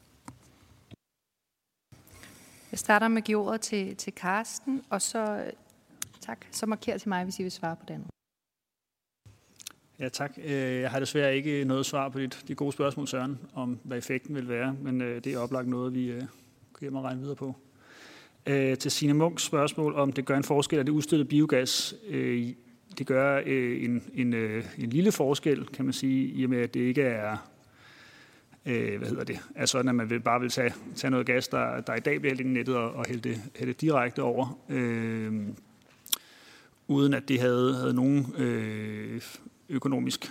Jeg starter med at give ordet til Carsten, og så marker til mig, hvis I vil svare på det andet. Ja, tak. Jeg har desværre ikke noget svar på de gode spørgsmål, Søren, om hvad effekten vil være, men det er oplagt noget, vi kan regne videre på. Til Signe Munks spørgsmål, om det gør en forskel, at det udstødte biogas, det gør en lille forskel, kan man sige, i og med, at det ikke er er sådan, at man bare vil tage noget gas, der i dag bliver hældt ind i nettet og hælde det direkte over, uden at det havde nogen økonomisk,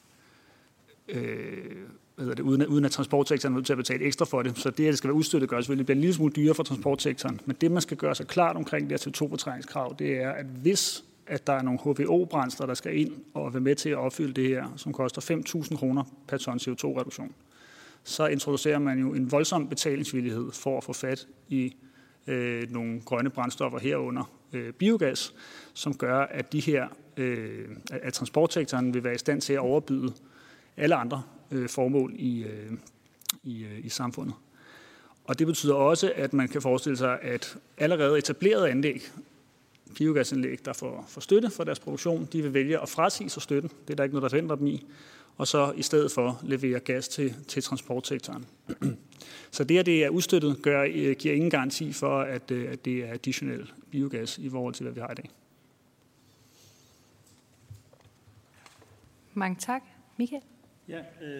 uden at transportsektoren er nødt til at betale ekstra for det. Så det, at det skal være udstøttet, gør selvfølgelig, det bliver en lille smule dyrere for transportsektoren. Men det, man skal gøre sig klart omkring det her CO2-fortrængningskrav, det er, at hvis at der er nogle HVO-brændsler, der skal ind og være med til at opfylde det her, som koster 5.000 kroner per ton CO2-reduktion, så introducerer man jo en voldsom betalingsvillighed for at få fat i nogle grønne brændstoffer herunder biogas, som gør, at at transportsektoren vil være i stand til at overbyde alle andre formål i samfundet. Og det betyder også, at man kan forestille sig, at allerede etablerede anlæg, biogasanlæg, der får støtte for deres produktion, de vil vælge at frasige sig støtten. Det er der ikke noget, der forhindrer dem i. Og så i stedet for levere gas til transportsektoren. Så det, at det er udstøttet, giver ingen garanti for, at det er additionel biogas i forhold til, hvad vi har i dag. Mange tak. Michael? Ja,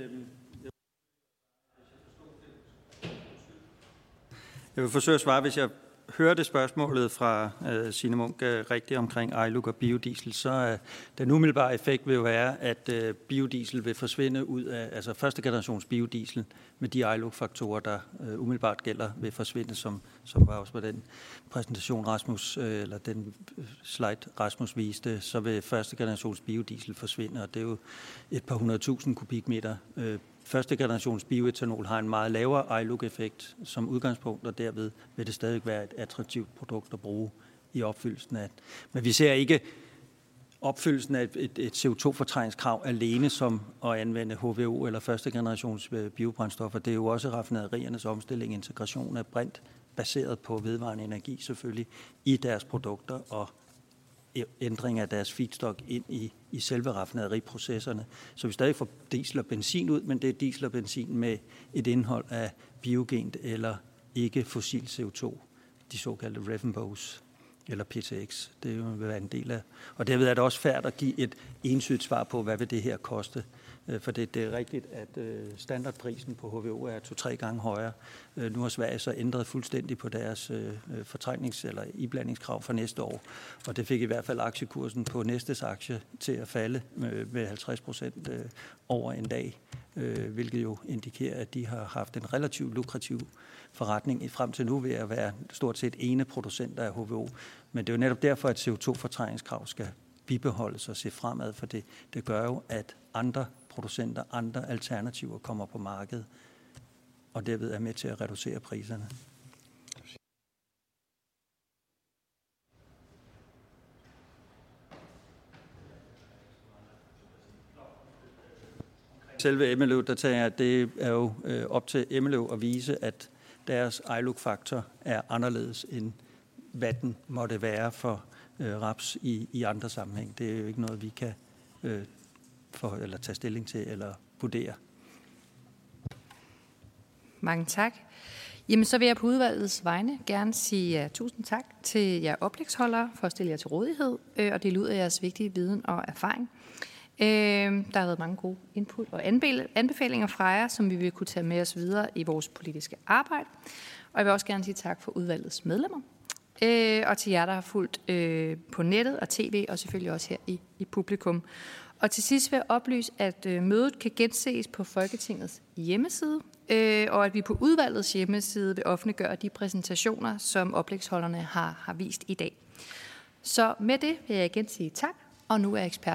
jeg vil forsøge at svare, hvis jeg hørte spørgsmålet fra Signe Munk rigtigt omkring iLUC og biodiesel, så den umiddelbare effekt vil jo være, at biodiesel vil forsvinde ud af, altså første generations biodiesel med de iLUC-faktorer, der umiddelbart gælder, vil forsvinde, som var også på den præsentation eller den slide Rasmus viste, så vil første generations biodiesel forsvinde, og det er jo et par 100.000 kubikmeter. Første generations bioetanol har en meget lavere iLUC-effekt som udgangspunkt, og derved vil det stadig være et attraktivt produkt at bruge i opfyldelsen af. Men vi ser ikke opfyldelsen af et CO2-fortrængningskrav alene som at anvende HVO eller første generations biobrændstoffer. Det er jo også raffinaderiernes omstilling, integration af brint, baseret på vedvarende energi selvfølgelig, i deres produkter og ændring af deres feedstock ind i selve raffinaderiprocesserne. Så vi stadig får diesel og benzin ud, men det er diesel og benzin med et indhold af biogent eller ikke fossil CO2, de såkaldte Revenbos eller PTX. Det vil være en del af. Og derved er det også færdigt at give et ensydigt svar på, hvad vil det her koste. For det er rigtigt, at standardprisen på HVO er 2-3 gange højere. Nu har Sverige så ændret fuldstændig på deres fortrængnings- eller iblandingskrav for næste år. Og det fik i hvert fald aktiekursen på næstes aktie til at falde med 50% over en dag, hvilket jo indikerer, at de har haft en relativt lukrativ forretning frem til nu ved at være stort set ene producenter af HVO. Men det er jo netop derfor, at CO2-fortrængningskrav skal bibeholdes og se fremad, for det gør jo, at andre producenter, andre alternativer kommer på markedet, og derved er med til at reducere priserne. Selve Emmeløv, der tager jeg, det er jo op til Emmeløv at vise, at deres iLUC-faktor er anderledes end hvad den måtte være for raps i andre sammenhæng. Det er jo ikke noget, vi kan eller tage stilling til eller vurdere. Mange tak. Jamen, så vil jeg på udvalgets vegne gerne sige tusind tak til jer oplægsholdere for at stille jer til rådighed og dele ud af jeres vigtige viden og erfaring. Der har været mange gode input og anbefalinger fra jer, som vi vil kunne tage med os videre i vores politiske arbejde. Og jeg vil også gerne sige tak for udvalgets medlemmer. Og til jer, der har fulgt på nettet og tv, og selvfølgelig også her i publikum. Og til sidst vil jeg oplyse, at mødet kan genses på Folketingets hjemmeside, og at vi på udvalgets hjemmeside vil offentliggøre de præsentationer, som oplægsholderne har vist i dag. Så med det vil jeg igen sige tak, Og nu er ekspert